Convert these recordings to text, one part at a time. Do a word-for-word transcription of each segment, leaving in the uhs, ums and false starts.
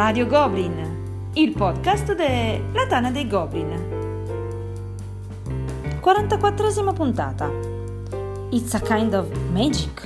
Radio Goblin, il podcast della Tana dei Goblin. quarantaquattresima puntata. It's a kind of magic.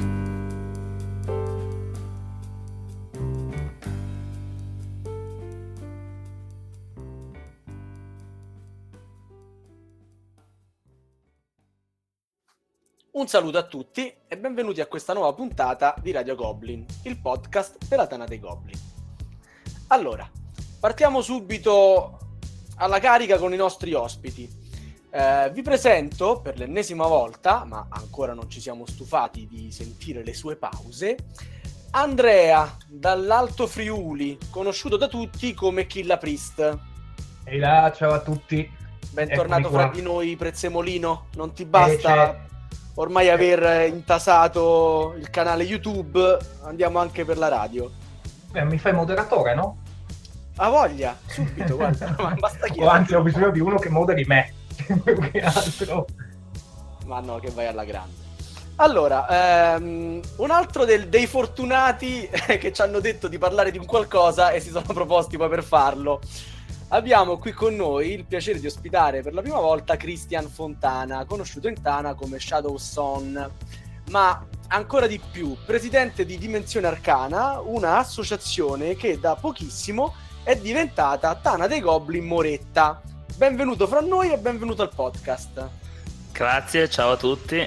Un saluto a tutti e benvenuti a questa nuova puntata di Radio Goblin, il podcast della Tana dei Goblin. Allora, partiamo subito alla carica con i nostri ospiti. Eh, vi presento per l'ennesima volta, ma ancora non ci siamo stufati di sentire le sue pause, Andrea dall'Alto Friuli, conosciuto da tutti come Killa Priest. Ehi là, ciao a tutti. Bentornato fra di noi, Prezzemolino. Non ti basta Eh, ormai aver intasato il canale YouTube, andiamo anche per la radio. Beh, mi fai moderatore, no? Ha voglia, subito, guarda, ma basta O chiedere. anzi, ho bisogno di uno che moderi me, più che altro. Ma no, che vai alla grande. Allora, ehm, un altro del- dei fortunati che ci hanno detto di parlare di un qualcosa e si sono proposti poi per farlo. Abbiamo qui con noi il piacere di ospitare per la prima volta Christian Fontana, conosciuto in Tana come Shadow Son, ma ancora di più, presidente di Dimensione Arcana, una associazione che da pochissimo è diventata Tana dei Goblin Moretta. Benvenuto fra noi e benvenuto al podcast. Grazie, ciao a tutti.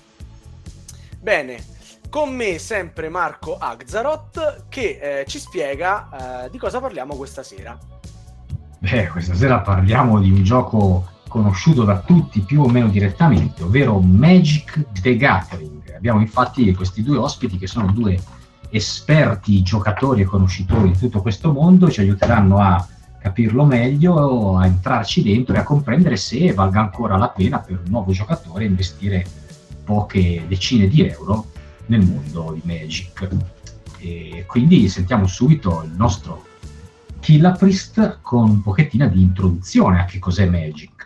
Bene, con me sempre Marco Agzarot che eh, ci spiega eh, di cosa parliamo questa sera. Beh, questa sera parliamo di un gioco conosciuto da tutti più o meno direttamente, ovvero Magic the Gathering. Abbiamo infatti questi due ospiti che sono due esperti giocatori e conoscitori di tutto questo mondo, ci aiuteranno a capirlo meglio, a entrarci dentro e a comprendere se valga ancora la pena per un nuovo giocatore investire poche decine di euro nel mondo di Magic. E quindi sentiamo subito il nostro Killa Priest con un pochettina di introduzione a che cos'è Magic.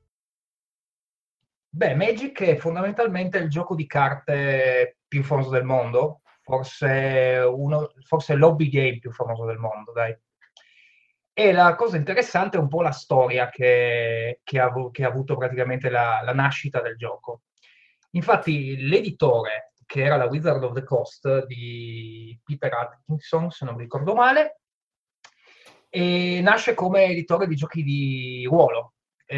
Beh, Magic è fondamentalmente il gioco di carte più famoso del mondo, forse uno, forse l'hobby game più famoso del mondo, dai. E la cosa interessante è un po' la storia che, che, ha, che ha avuto praticamente la, la nascita del gioco. Infatti l'editore, che era la Wizard of the Coast di Peter Atkinson, se non mi ricordo male, e nasce come editore di giochi di ruolo.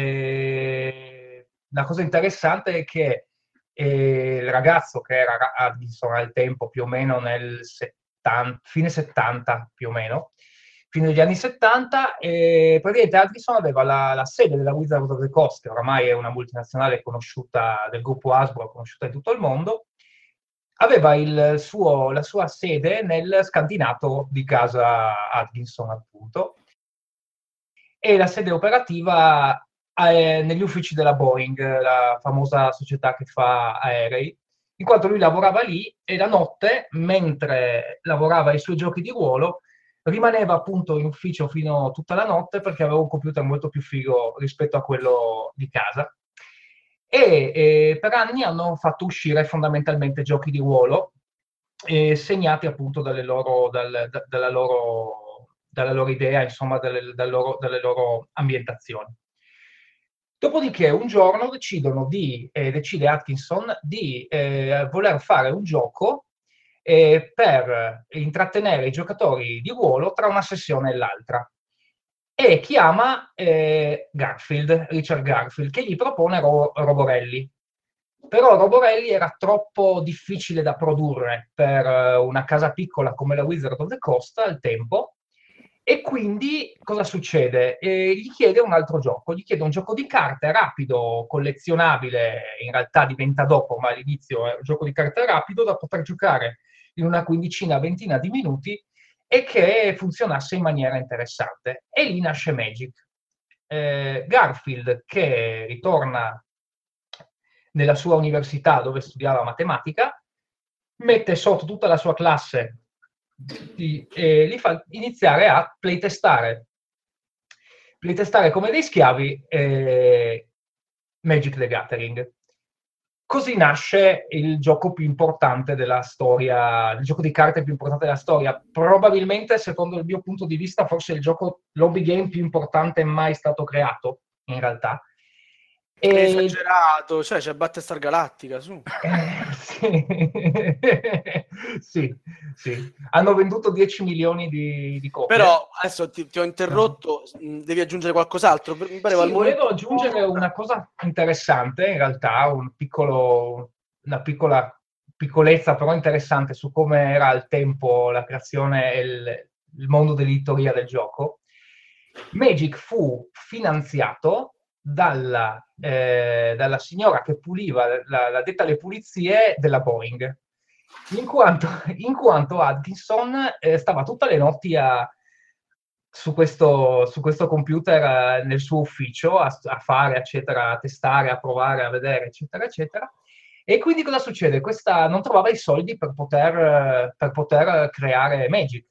E la cosa interessante è che eh, il ragazzo che era Atkinson al tempo, più o meno nel settanta, fine settanta più o meno, fine degli anni settanta, e praticamente Atkinson aveva la, la sede della Wizard of the Coast, che oramai è una multinazionale conosciuta del gruppo Hasbro, conosciuta in tutto il mondo. Aveva il suo, la sua sede nel scantinato di casa Atkinson, appunto, e la sede operativa è negli uffici della Boeing, la famosa società che fa aerei, in quanto lui lavorava lì e la notte, mentre lavorava ai suoi giochi di ruolo, rimaneva appunto in ufficio fino tutta la notte perché aveva un computer molto più figo rispetto a quello di casa. E eh, per anni hanno fatto uscire fondamentalmente giochi di ruolo eh, segnati appunto dalle loro, dal, da, dalla, loro, dalla loro idea, insomma, dalle, dalle, loro, dalle loro ambientazioni. Dopodiché un giorno decidono di, eh, decide Atkinson di eh, voler fare un gioco eh, per intrattenere i giocatori di ruolo tra una sessione e l'altra. E chiama eh, Garfield, Richard Garfield, che gli propone Ro- Roborelli. Però Roborelli era troppo difficile da produrre per eh, una casa piccola come la Wizard of the Coast al tempo, e quindi cosa succede? Eh, gli chiede un altro gioco, gli chiede un gioco di carte rapido, collezionabile, in realtà diventa dopo, ma all'inizio è un gioco di carte rapido da poter giocare in una quindicina, ventina di minuti, e che funzionasse in maniera interessante. E lì nasce Magic. Eh, Garfield, che ritorna nella sua università dove studiava matematica, mette sotto tutta la sua classe di, e li fa iniziare a playtestare. Playtestare come dei schiavi eh, Magic the Gathering. Così nasce il gioco più importante della storia, il gioco di carte più importante della storia. Probabilmente, secondo il mio punto di vista, forse il gioco lobby game più importante mai stato creato, in realtà. È E... esagerato, cioè c'è Battlestar Galactica, su. Eh, sì. sì, sì. Hanno venduto dieci milioni di, di copie. Però adesso ti, ti ho interrotto, no. Devi aggiungere qualcos'altro? Mi pareva sì, il volevo momento... aggiungere una cosa interessante, in realtà, un piccolo, una piccola piccolezza però interessante su come era al tempo la creazione e il, il mondo dell'editoria del gioco. Magic fu finanziato dalla, eh, dalla signora che puliva, la, la detta le pulizie della Boeing, in quanto, in quanto Atkinson eh, stava tutte le notti a, su, questo, su questo computer eh, nel suo ufficio a, a fare, eccetera, a testare, a provare, a vedere, eccetera, eccetera. E quindi cosa succede? Questa non trovava i soldi per poter, per poter creare Magic.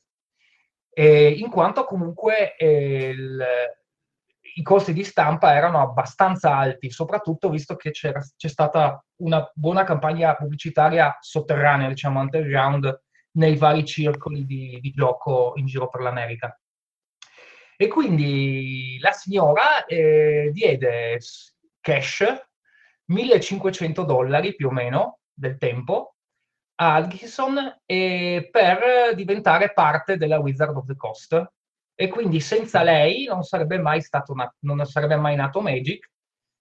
E in quanto comunque eh, il, i costi di stampa erano abbastanza alti, soprattutto visto che c'era, c'è stata una buona campagna pubblicitaria sotterranea, diciamo underground, nei vari circoli di, di gioco in giro per l'America. E quindi la signora eh, diede cash, millecinquecento dollari più o meno del tempo, a Atkinson eh, per diventare parte della Wizard of the Coast. E quindi senza lei non sarebbe mai stato na- non sarebbe mai nato Magic.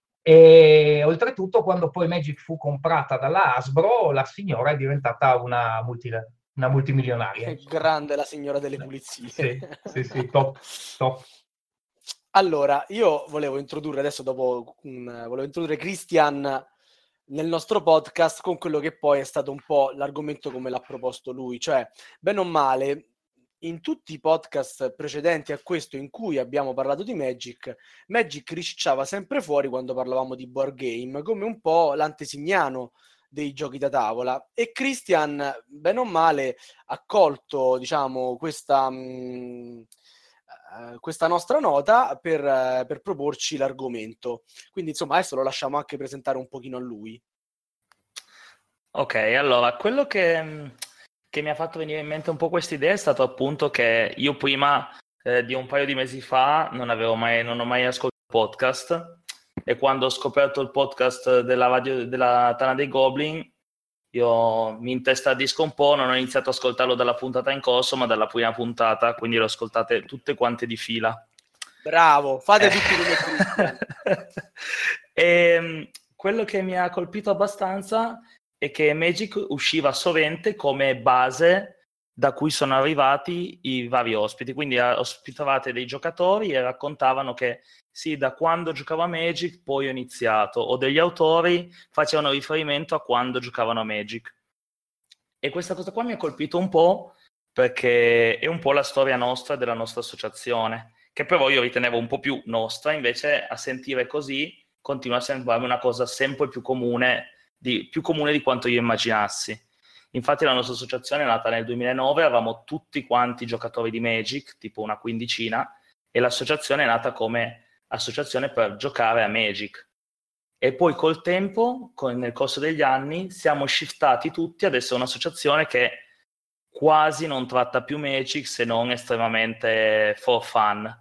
E oltretutto, quando poi Magic fu comprata dalla Hasbro, la signora è diventata una, multi- una multimilionaria. Che grande la signora delle pulizie. Sì, sì, sì, top, top. Allora, io volevo introdurre adesso, dopo un, volevo introdurre Christian nel nostro podcast con quello che poi è stato un po' l'argomento come l'ha proposto lui, cioè, bene o male, in tutti i podcast precedenti a questo in cui abbiamo parlato di Magic, Magic ricicciava sempre fuori quando parlavamo di board game, come un po' l'antesignano dei giochi da tavola, e Christian, bene o male, ha colto, diciamo, questa... Mh, questa nostra nota per, uh, per proporci l'argomento. Quindi insomma adesso lo lasciamo anche presentare un pochino a lui. Ok, allora quello che, che mi ha fatto venire in mente un po' questa idea è stato appunto che io prima eh, di un paio di mesi fa non avevo mai, non ho mai ascoltato il podcast, e quando ho scoperto il podcast della, radio, della Tana dei Goblin io mi intestardisco un po', non ho iniziato ad ascoltarlo dalla puntata in corso, ma dalla prima puntata, quindi le ho ascoltate tutte quante di fila. Bravo, fate tutti come Christian. E quello che mi ha colpito abbastanza è che Magic usciva sovente come base da cui sono arrivati i vari ospiti, quindi ospitavate dei giocatori e raccontavano che sì, da quando giocavo a Magic poi ho iniziato, o degli autori facevano riferimento a quando giocavano a Magic. E questa cosa qua mi ha colpito un po' perché è un po' la storia nostra della nostra associazione, che però io ritenevo un po' più nostra, invece a sentire così continua a sembrarmi una cosa sempre più comune, di, più comune di quanto io immaginassi. Infatti la nostra associazione è nata nel duemilanove, avevamo tutti quanti giocatori di Magic, tipo una quindicina, e l'associazione è nata come associazione per giocare a Magic. E poi col tempo, con, nel corso degli anni, siamo shiftati tutti ad essere un'associazione che quasi non tratta più Magic se non estremamente for fun.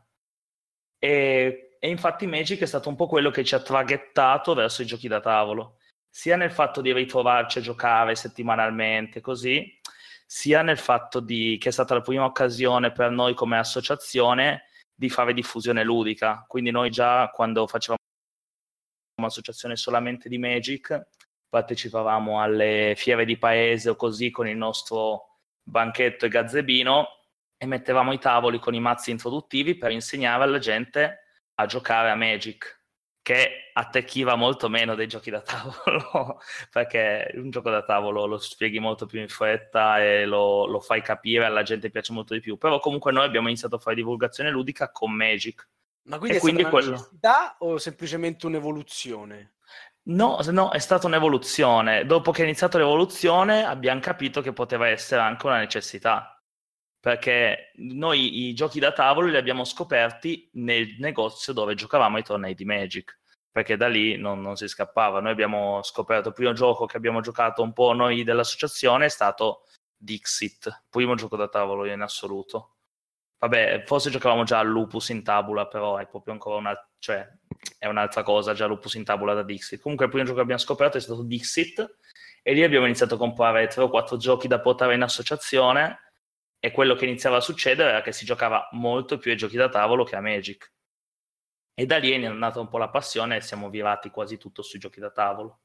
E, e infatti Magic è stato un po' quello che ci ha traghettato verso i giochi da tavolo, sia nel fatto di ritrovarci a giocare settimanalmente così, sia nel fatto di che è stata la prima occasione per noi come associazione di fare diffusione ludica. Quindi noi già quando facevamo un'associazione solamente di Magic partecipavamo alle fiere di paese o così con il nostro banchetto e gazebino e mettevamo i tavoli con i mazzi introduttivi per insegnare alla gente a giocare a Magic, che attecchiva molto meno dei giochi da tavolo, perché un gioco da tavolo lo spieghi molto più in fretta e lo, lo fai capire, alla gente piace molto di più. Però comunque noi abbiamo iniziato a fare divulgazione ludica con Magic. Ma quindi e è quindi stata una quello... necessità o semplicemente un'evoluzione? No, no, è stata un'evoluzione. Dopo che è iniziata l'evoluzione abbiamo capito che poteva essere anche una necessità, perché noi i giochi da tavolo li abbiamo scoperti nel negozio dove giocavamo ai tornei di Magic, perché da lì non, non si scappava. Noi abbiamo scoperto, il primo gioco che abbiamo giocato un po' noi dell'associazione è stato Dixit, primo gioco da tavolo in assoluto. Vabbè, forse giocavamo già al Lupus in Tabula, però è proprio ancora una, cioè è un'altra cosa, già Lupus in Tabula da Dixit. Comunque il primo gioco che abbiamo scoperto è stato Dixit, e lì abbiamo iniziato a comprare tre o quattro giochi da portare in associazione, e quello che iniziava a succedere era che si giocava molto più ai giochi da tavolo che a Magic. E da lì è nata un po' la passione e siamo virati quasi tutto sui giochi da tavolo.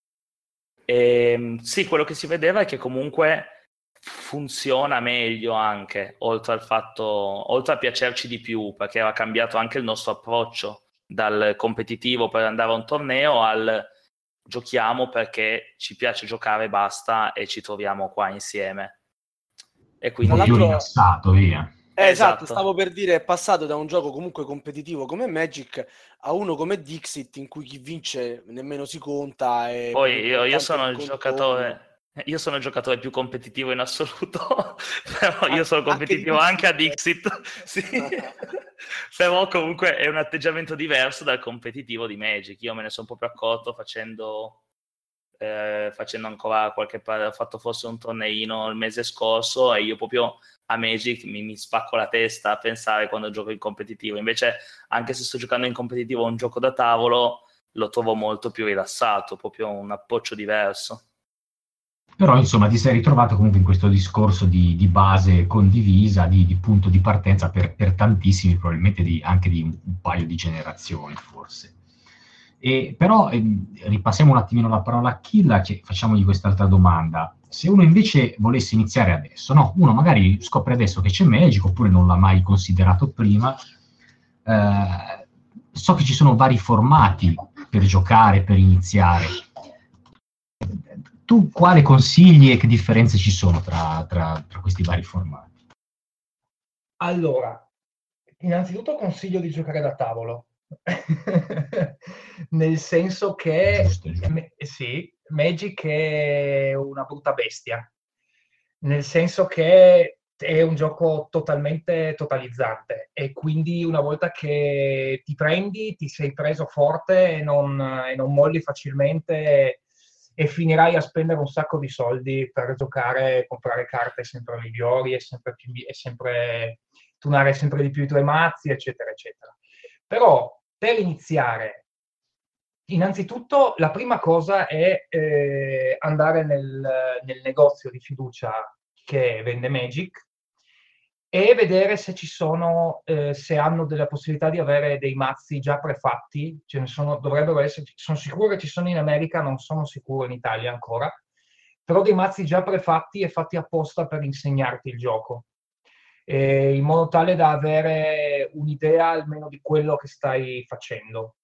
E sì, quello che si vedeva è che comunque funziona meglio anche, oltre al fatto, oltre a piacerci di più, perché era cambiato anche il nostro approccio dal competitivo per andare a un torneo al giochiamo perché ci piace giocare e basta, e ci troviamo qua insieme. E quindi un po' più rilassato, via. Eh, esatto, Esatto. stavo per dire, è passato da un gioco comunque competitivo come Magic a uno come Dixit, in cui chi vince nemmeno si conta. E Poi io, io l'importante è sono il contorno. giocatore, io sono il giocatore più competitivo in assoluto, però io sono Anche- competitivo anche anche a Dixit. Dixit, sì. Però comunque è un atteggiamento diverso dal competitivo di Magic. Io me ne sono proprio accorto facendo, eh, facendo ancora qualche, ho fatto forse un torneino il mese scorso, e io proprio a Magic mi, mi spacco la testa a pensare quando gioco in competitivo. Invece, anche se sto giocando in competitivo un gioco da tavolo, lo trovo molto più rilassato, proprio un approccio diverso. Però insomma ti sei ritrovato comunque in questo discorso di, di base condivisa, di, di punto di partenza per, per tantissimi, probabilmente di, anche di un, un paio di generazioni forse. E, però eh, ripassiamo un attimino la parola a Killa, che facciamogli quest'altra domanda. Se uno invece volesse iniziare adesso, no? Uno magari scopre adesso che c'è Magic, oppure non l'ha mai considerato prima. Eh, so che ci sono vari formati per giocare, per iniziare. Tu quale consigli e che differenze ci sono tra, tra, tra questi vari formati? Allora, innanzitutto consiglio di giocare da tavolo, nel senso che Giusto, giusto. me- sì, Magic è una brutta bestia, nel senso che è un gioco totalmente totalizzante, e quindi una volta che ti prendi, ti sei preso forte e non, e non molli facilmente, e finirai a spendere un sacco di soldi per giocare, comprare carte sempre migliori e sempre più, e sempre tunare sempre di più i tuoi mazzi, eccetera, eccetera. Però per iniziare, innanzitutto la prima cosa è eh, andare nel, nel negozio di fiducia che vende Magic e vedere se ci sono, eh, se hanno della possibilità di avere dei mazzi già prefatti. Ce ne sono, dovrebbero esserci, sono sicuro che ci sono in America, non sono sicuro in Italia ancora, però dei mazzi già prefatti e fatti apposta per insegnarti il gioco, eh, in modo tale da avere un'idea almeno di quello che stai facendo.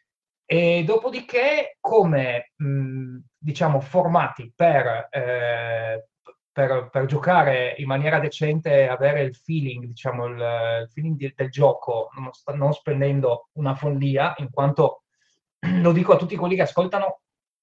E dopodiché, come mh, diciamo formati per, eh, per, per giocare in maniera decente e avere il feeling, diciamo, il, il feeling di, del gioco, non, sta, non spendendo una follia, in quanto, lo dico a tutti quelli che ascoltano,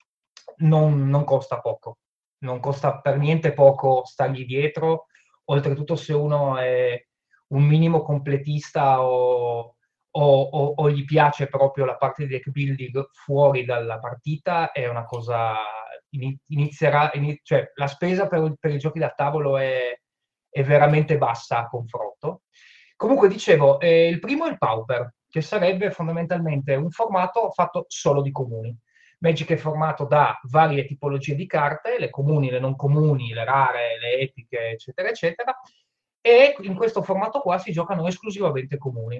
non, non costa poco, non costa per niente poco stargli dietro. Oltretutto, se uno è un minimo completista o O, o, o gli piace proprio la parte di deck building fuori dalla partita, è una cosa, inizierà, iniz, cioè la spesa per, per i giochi da tavolo è, è veramente bassa a confronto. Comunque dicevo, eh, il primo è il Pauper, che sarebbe fondamentalmente un formato fatto solo di comuni. Magic è formato da varie tipologie di carte, le comuni, le non comuni, le rare, le epiche, eccetera, eccetera, e in questo formato qua si giocano esclusivamente comuni.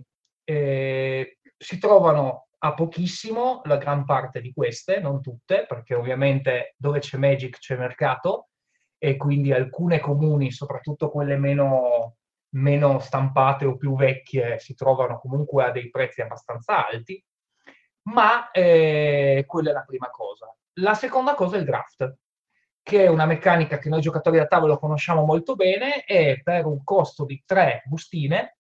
Eh, si trovano a pochissimo la gran parte di queste, non tutte, perché ovviamente dove c'è Magic c'è mercato, e quindi alcune comuni, soprattutto quelle meno, meno stampate o più vecchie, si trovano comunque a dei prezzi abbastanza alti, ma eh, quella è la prima cosa. La seconda cosa è il draft, che è una meccanica che noi giocatori da tavolo conosciamo molto bene, e per un costo di tre bustine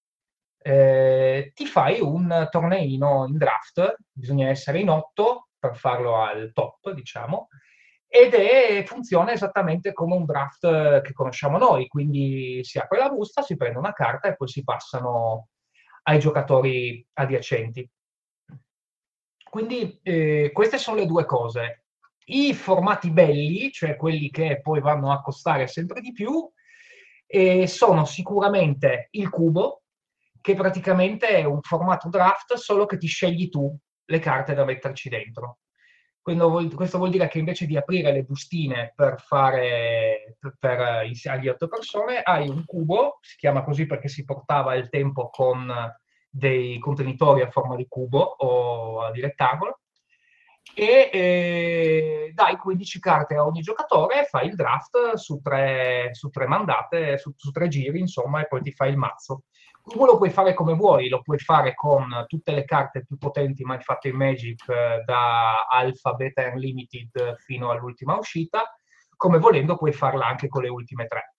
Eh, ti fai un torneino in draft. Bisogna essere in otto per farlo al top, diciamo, ed è, funziona esattamente come un draft che conosciamo noi, quindi si apre la busta, si prende una carta e poi si passano ai giocatori adiacenti. quindi eh, queste sono le due cose. I formati belli, cioè quelli che poi vanno a costare sempre di più, eh, sono sicuramente il cubo, che praticamente è un formato draft, solo che ti scegli tu le carte da metterci dentro. Quindi, questo vuol dire che invece di aprire le bustine per fare per, per agli otto persone, hai un cubo, si chiama così perché si portava al tempo con dei contenitori a forma di cubo o di rettangolo, e eh, dai quindici carte a ogni giocatore e fai il draft su tre, su tre mandate, su, su tre giri, insomma, e poi ti fai il mazzo. Tu lo puoi fare come vuoi, lo puoi fare con tutte le carte più potenti mai fatte in Magic, eh, da Alpha, Beta Unlimited fino all'ultima uscita, come volendo puoi farla anche con le ultime tre.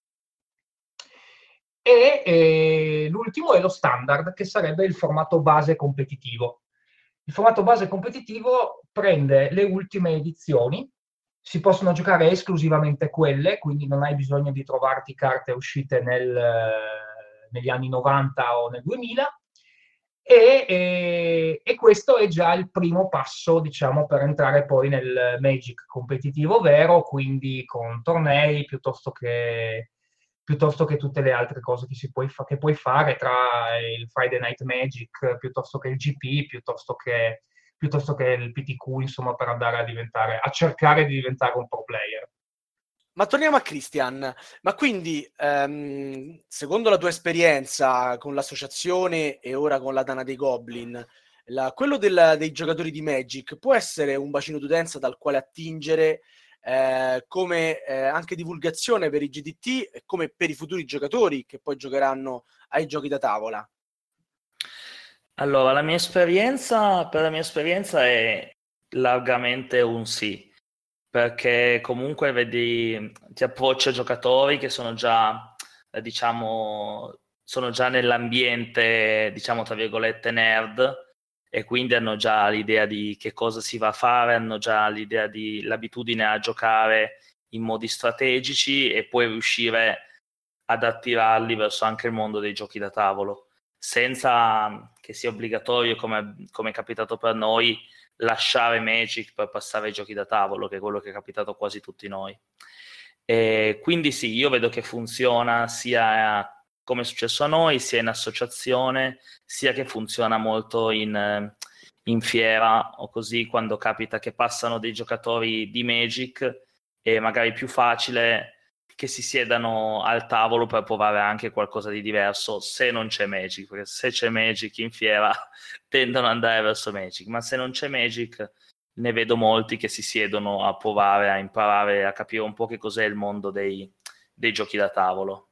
E eh, l'ultimo è lo standard, che sarebbe il formato base competitivo. Il formato base competitivo prende le ultime edizioni, si possono giocare esclusivamente quelle, quindi non hai bisogno di trovarti carte uscite nel, eh, negli anni novanta o nel duemila, e, e, e questo è già il primo passo, diciamo, per entrare poi nel Magic competitivo vero, quindi con tornei piuttosto che piuttosto che tutte le altre cose che, si puoi, fa- che puoi fare, tra il Friday Night Magic, piuttosto che il G P, piuttosto che, piuttosto che il P T Q, insomma, per andare a diventare, a cercare di diventare un pro player. Ma torniamo a Christian, ma quindi, ehm, secondo la tua esperienza con l'associazione e ora con la Dana dei Goblin, la, quello del, dei giocatori di Magic può essere un bacino d'utenza dal quale attingere, Eh, come eh, anche divulgazione per i G D T e come per i futuri giocatori che poi giocheranno ai giochi da tavola? Allora, la mia esperienza, per la mia esperienza è largamente un sì, perché comunque vedi, ti approcci a giocatori che sono già, eh, diciamo, sono già nell'ambiente, diciamo, tra virgolette, nerd, e quindi hanno già l'idea di che cosa si va a fare, hanno già l'idea di l'abitudine a giocare in modi strategici e poi riuscire ad attirarli verso anche il mondo dei giochi da tavolo, senza che sia obbligatorio, come, come è capitato per noi, lasciare Magic per passare ai giochi da tavolo, che è quello che è capitato a quasi tutti noi. E quindi sì, io vedo che funziona sia come è successo a noi, sia in associazione, sia che funziona molto in, in fiera o così, quando capita che passano dei giocatori di Magic, è magari più facile che si siedano al tavolo per provare anche qualcosa di diverso, se non c'è Magic, perché se c'è Magic in fiera tendono ad andare verso Magic, ma se non c'è Magic ne vedo molti che si siedono a provare, a imparare, a capire un po' che cos'è il mondo dei, dei giochi da tavolo.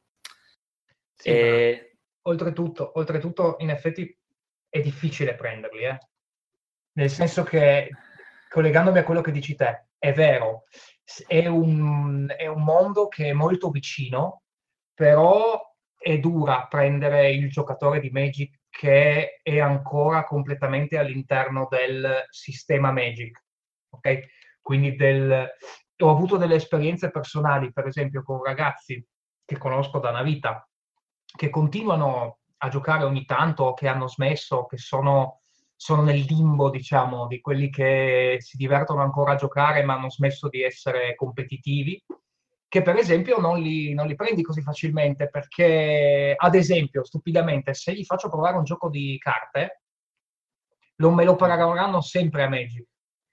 Sì, e... oltretutto, oltretutto, in effetti è difficile prenderli, eh? Nel senso che, collegandomi a quello che dici te, è vero, è un, è un mondo che è molto vicino, però è dura prendere il giocatore di Magic che è ancora completamente all'interno del sistema Magic, ok? Quindi del, ho avuto delle esperienze personali, per esempio con ragazzi che conosco da una vita, che continuano a giocare ogni tanto, che hanno smesso, che sono, sono nel limbo, diciamo, di quelli che si divertono ancora a giocare ma hanno smesso di essere competitivi, che per esempio non li, non li prendi così facilmente, perché, ad esempio, stupidamente, se gli faccio provare un gioco di carte, non me lo paragoneranno sempre a Magic.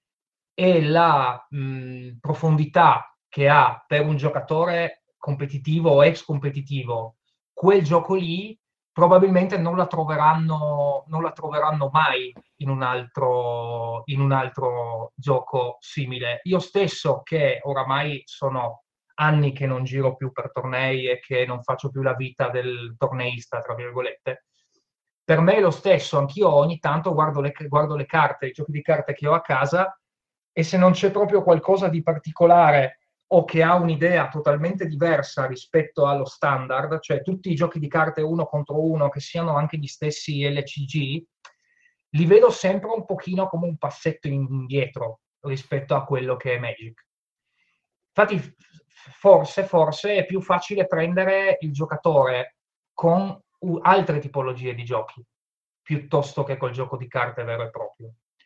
E la mh, profondità che ha per un giocatore competitivo o ex competitivo quel gioco lì, probabilmente non la troveranno, non la troveranno mai in un altro, in un altro gioco simile. Io stesso, che oramai sono anni che non giro più per tornei e che non faccio più la vita del torneista, tra virgolette, per me è lo stesso. Anch'io ogni tanto guardo le, guardo le carte, i giochi di carte che ho a casa, e se non c'è proprio qualcosa di particolare o che ha un'idea totalmente diversa rispetto allo standard, cioè tutti i giochi di carte uno contro uno, che siano anche gli stessi L C G, li vedo sempre un pochino come un passetto indietro rispetto a quello che è Magic. Infatti forse, forse è più facile prendere il giocatore con altre tipologie di giochi piuttosto che col gioco di carte vero e proprio.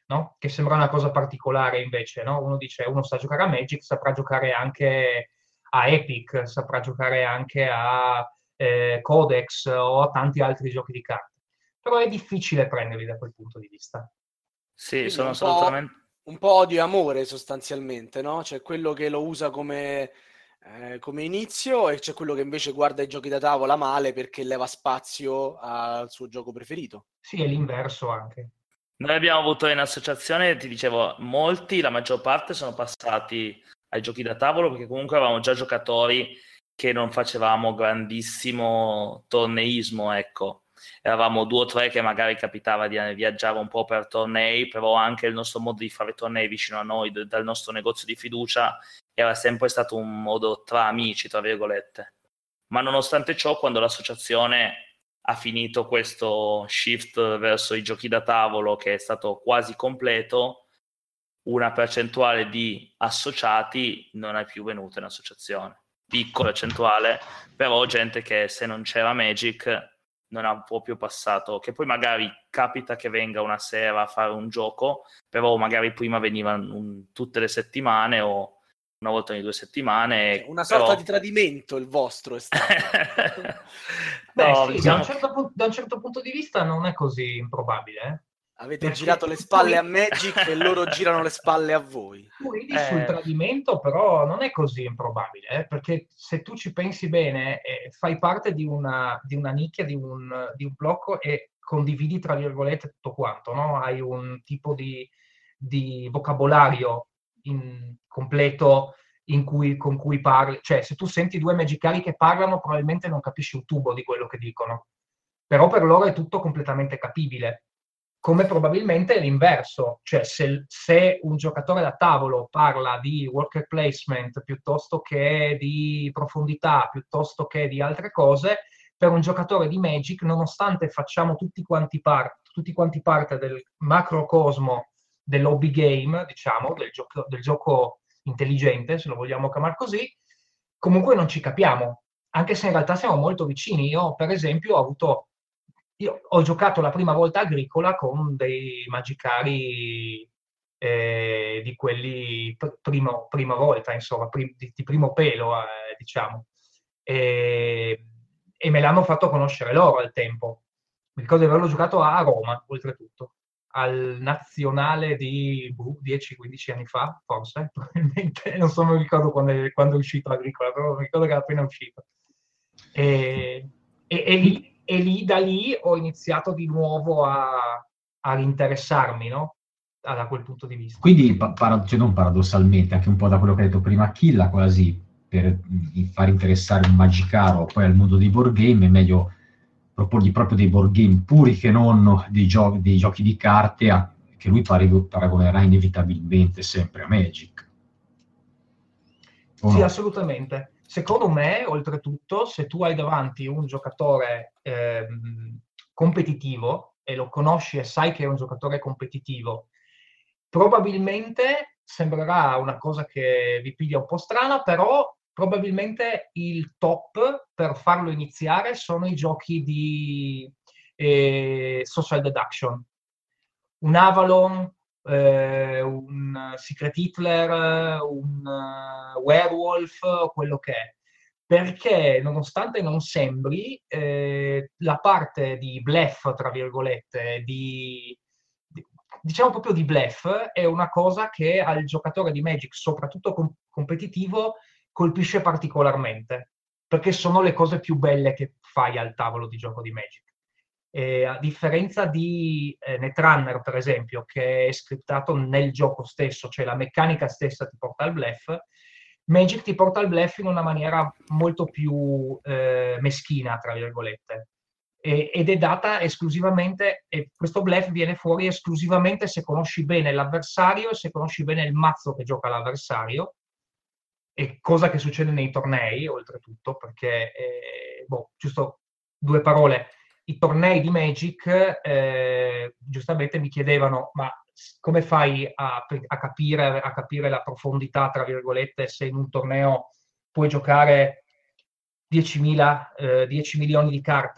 no? Che sembra una cosa particolare invece, no? Uno dice, uno sa giocare a Magic, saprà giocare anche a Epic, saprà giocare anche a eh, Codex o a tanti altri giochi di carte. Però è difficile prenderli da quel punto di vista. Sì, Quindi sono un po', assolutamente... un po' odio e amore sostanzialmente, no? C'è quello che lo usa come, eh, come inizio e c'è quello che invece guarda i giochi da tavola male perché leva spazio al suo gioco preferito. Sì, è l'inverso anche. Noi abbiamo avuto in associazione, ti dicevo, molti, la maggior parte sono passati ai giochi da tavolo perché comunque avevamo già giocatori che non facevamo grandissimo torneismo, ecco. Eravamo due o tre che magari capitava di viaggiare un po' per tornei, però anche il nostro modo di fare tornei vicino a noi, d- dal nostro negozio di fiducia, era sempre stato un modo tra amici, tra virgolette. Ma nonostante ciò, quando l'associazione ha finito questo shift verso i giochi da tavolo, che è stato quasi completo, una percentuale di associati non è più venuta in associazione. Piccola percentuale, però gente che se non c'era Magic non ha proprio passato, che poi magari capita che venga una sera a fare un gioco, però magari prima veniva un, tutte le settimane o una volta ogni due settimane. Cioè, una sorta però... di tradimento il vostro è stato. Beh, No, sì, diciamo... da, un certo pu- da un certo punto di vista non è così improbabile. Eh? Avete Perché girato le tu spalle ridi- a Magic e loro girano le spalle a voi. Tu ridi Eh. sul tradimento, però non è così improbabile, eh? Perché se tu ci pensi bene, eh, fai parte di una, di una nicchia, di un, di un blocco e condividi, tra virgolette, tutto quanto, no? Hai un tipo di, di vocabolario in- completo in cui, con cui parli. Cioè, se tu senti due magicari che parlano, probabilmente non capisci un tubo di quello che dicono. Però per loro è tutto completamente capibile. Come probabilmente è l'inverso, cioè se, se un giocatore da tavolo parla di worker placement piuttosto che di profondità, piuttosto che di altre cose, per un giocatore di Magic, nonostante facciamo tutti quanti, par- tutti quanti parte del macrocosmo dell'hobby game, diciamo, del gioco, del gioco intelligente, se lo vogliamo chiamare così, comunque non ci capiamo, anche se in realtà siamo molto vicini. Io, per esempio, ho avuto... Io ho giocato la prima volta Agricola con dei magicari eh, di quelli pr- primo, prima volta, insomma, prim- di, di primo pelo, eh, diciamo. E, e me l'hanno fatto conoscere loro al tempo. Mi ricordo di averlo giocato a Roma, oltretutto, al nazionale di boh, dieci quindici anni fa, forse, probabilmente. Non so, non ricordo quando è, quando è uscito Agricola, però mi ricordo che era appena uscito. E, e, e lì E lì, da lì ho iniziato di nuovo a, a interessarmi, no? Da quel punto di vista. Quindi, pa- para- cioè non paradossalmente, anche un po' da quello che ha detto prima Achilla, quasi per mh, far interessare un magicaro poi al mondo dei board game, è meglio proporgli proprio dei board game puri che non dei, gio- dei giochi di carte a- che lui pari- paragonerà inevitabilmente sempre a Magic. O Sì, no? assolutamente. Secondo me, oltretutto, se tu hai davanti un giocatore ehm, competitivo e lo conosci e sai che è un giocatore competitivo, probabilmente sembrerà una cosa che vi piglia un po' strana, però probabilmente il top per farlo iniziare sono i giochi di eh, social deduction. Un Avalon, eh, un Secret Hitler, un uh, Werewolf, quello che è. Perché nonostante non sembri, eh, la parte di bluff, tra virgolette, di, di, diciamo proprio di bluff, è una cosa che al giocatore di Magic, soprattutto com- competitivo, colpisce particolarmente, perché sono le cose più belle che fai al tavolo di gioco di Magic. Eh, a differenza di eh, Netrunner, per esempio, che è scriptato nel gioco stesso, cioè la meccanica stessa ti porta al bluff, Magic ti porta al bluff in una maniera molto più eh, meschina, tra virgolette, e, ed è data esclusivamente, e questo bluff viene fuori esclusivamente se conosci bene l'avversario e se conosci bene il mazzo che gioca l'avversario, e cosa che succede nei tornei, oltretutto, perché, eh, boh, giusto due parole, i tornei di Magic, eh, giustamente mi chiedevano, ma come fai a, a, capire, a capire la profondità, tra virgolette, se in un torneo puoi giocare diecimila, eh, dieci milioni di carte?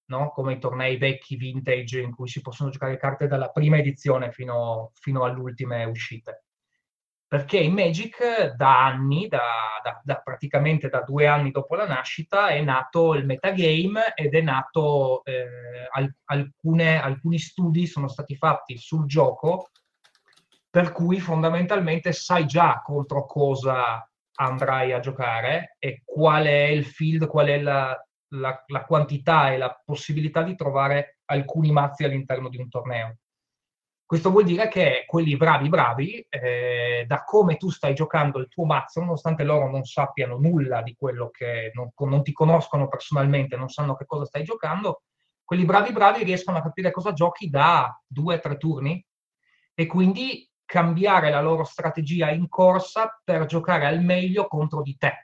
no? Come i tornei vecchi vintage in cui si possono giocare carte dalla prima edizione fino, fino alle ultime uscite. Perché in Magic da anni, da, da, da praticamente da due anni dopo la nascita, è nato il metagame ed è nato eh, al, alcune, alcuni studi sono stati fatti sul gioco, per cui fondamentalmente sai già contro cosa andrai a giocare e qual è il field, qual è la, la, la quantità e la possibilità di trovare alcuni mazzi all'interno di un torneo. Questo vuol dire che quelli bravi bravi, eh, da come tu stai giocando il tuo mazzo, nonostante loro non sappiano nulla di quello che, non, non ti conoscono personalmente, non sanno che cosa stai giocando, quelli bravi bravi riescono a capire cosa giochi da due o tre turni e quindi cambiare la loro strategia in corsa per giocare al meglio contro di te.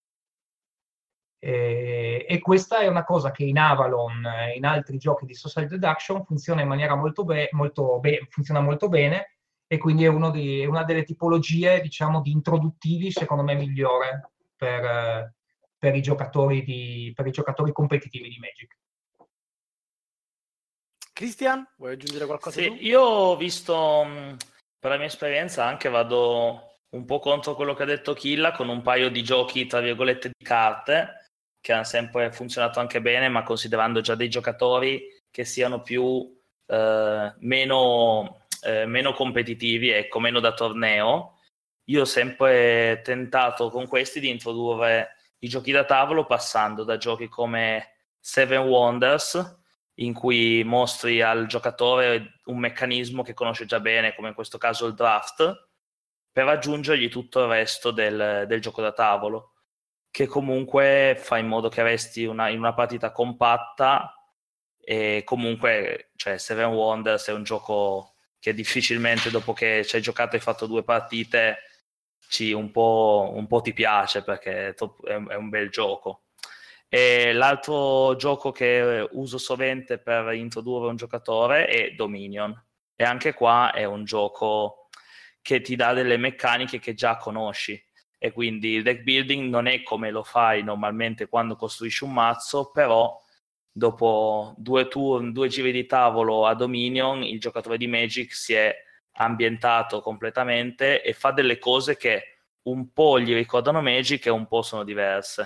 E, e questa è una cosa che in Avalon e in altri giochi di social deduction funziona in maniera molto, be- molto, be- funziona molto bene, e quindi è, uno di, è una delle tipologie, diciamo, di introduttivi secondo me migliore per, per, i, giocatori di, per i giocatori competitivi di Magic. Christian, vuoi aggiungere qualcosa? Sì, tu? io ho visto, per la mia esperienza, anche vado un po' contro quello che ha detto Killa, con un paio di giochi, tra virgolette, di carte, che hanno sempre funzionato anche bene, ma considerando già dei giocatori che siano più eh, meno, eh, meno competitivi, ecco, meno da torneo. Io ho sempre tentato con questi di introdurre i giochi da tavolo passando da giochi come Seven Wonders, in cui mostri al giocatore un meccanismo che conosce già bene, come in questo caso il draft, per aggiungergli tutto il resto del, del gioco da tavolo, che comunque fa in modo che resti una, in una partita compatta. E comunque, cioè, Seven Wonders è un gioco che difficilmente, dopo che ci hai giocato e hai fatto due partite, ci un po', un po' ti piace, perché è un bel gioco. E l'altro gioco che uso sovente per introdurre un giocatore è Dominion, e anche qua è un gioco che ti dà delle meccaniche che già conosci, e quindi il deck building non è come lo fai normalmente quando costruisci un mazzo, però dopo due turni, due giri di tavolo a Dominion, il giocatore di Magic si è ambientato completamente e fa delle cose che un po' gli ricordano Magic e un po' sono diverse.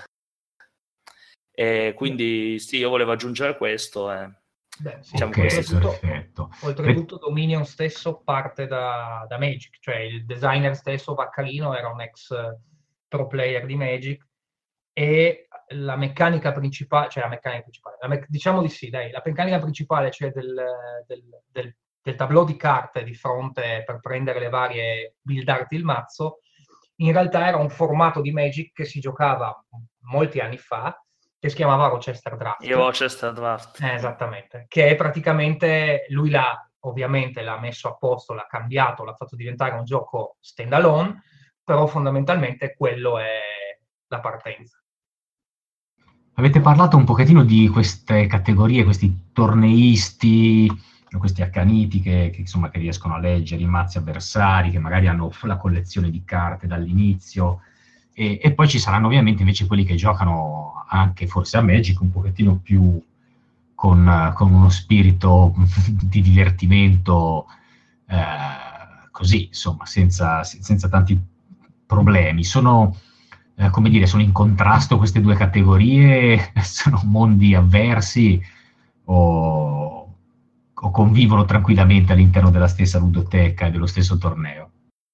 E quindi sì, io volevo aggiungere questo. Eh. Beh, sì, diciamo okay, oltretutto, perfetto. oltretutto Dominion stesso parte da, da Magic, cioè il designer stesso, Vaccarino, era un ex pro player di Magic, e la meccanica principale, cioè la meccanica principale, la me- diciamo di sì, dai, la meccanica principale, cioè del, del, del, del tableau di carte di fronte per prendere le varie, buildarti il mazzo, in realtà era un formato di Magic che si giocava molti anni fa, che si chiamava Rochester Draft. Il Rochester Draft. Eh, esattamente, che è praticamente, lui l'ha, ovviamente l'ha messo a posto, l'ha cambiato, l'ha fatto diventare un gioco stand alone, però fondamentalmente quello è la partenza. Avete parlato un pochettino di queste categorie, questi torneisti, questi accaniti che, che, insomma, che riescono a leggere i mazzi avversari, che magari hanno la collezione di carte dall'inizio, e, e poi ci saranno ovviamente invece quelli che giocano anche forse a Magic un pochettino più con, con uno spirito di divertimento, eh, così, insomma, senza, senza tanti problemi. Sono, eh, come dire, sono in contrasto queste due categorie? Sono mondi avversi o, o convivono tranquillamente all'interno della stessa ludoteca e dello stesso torneo?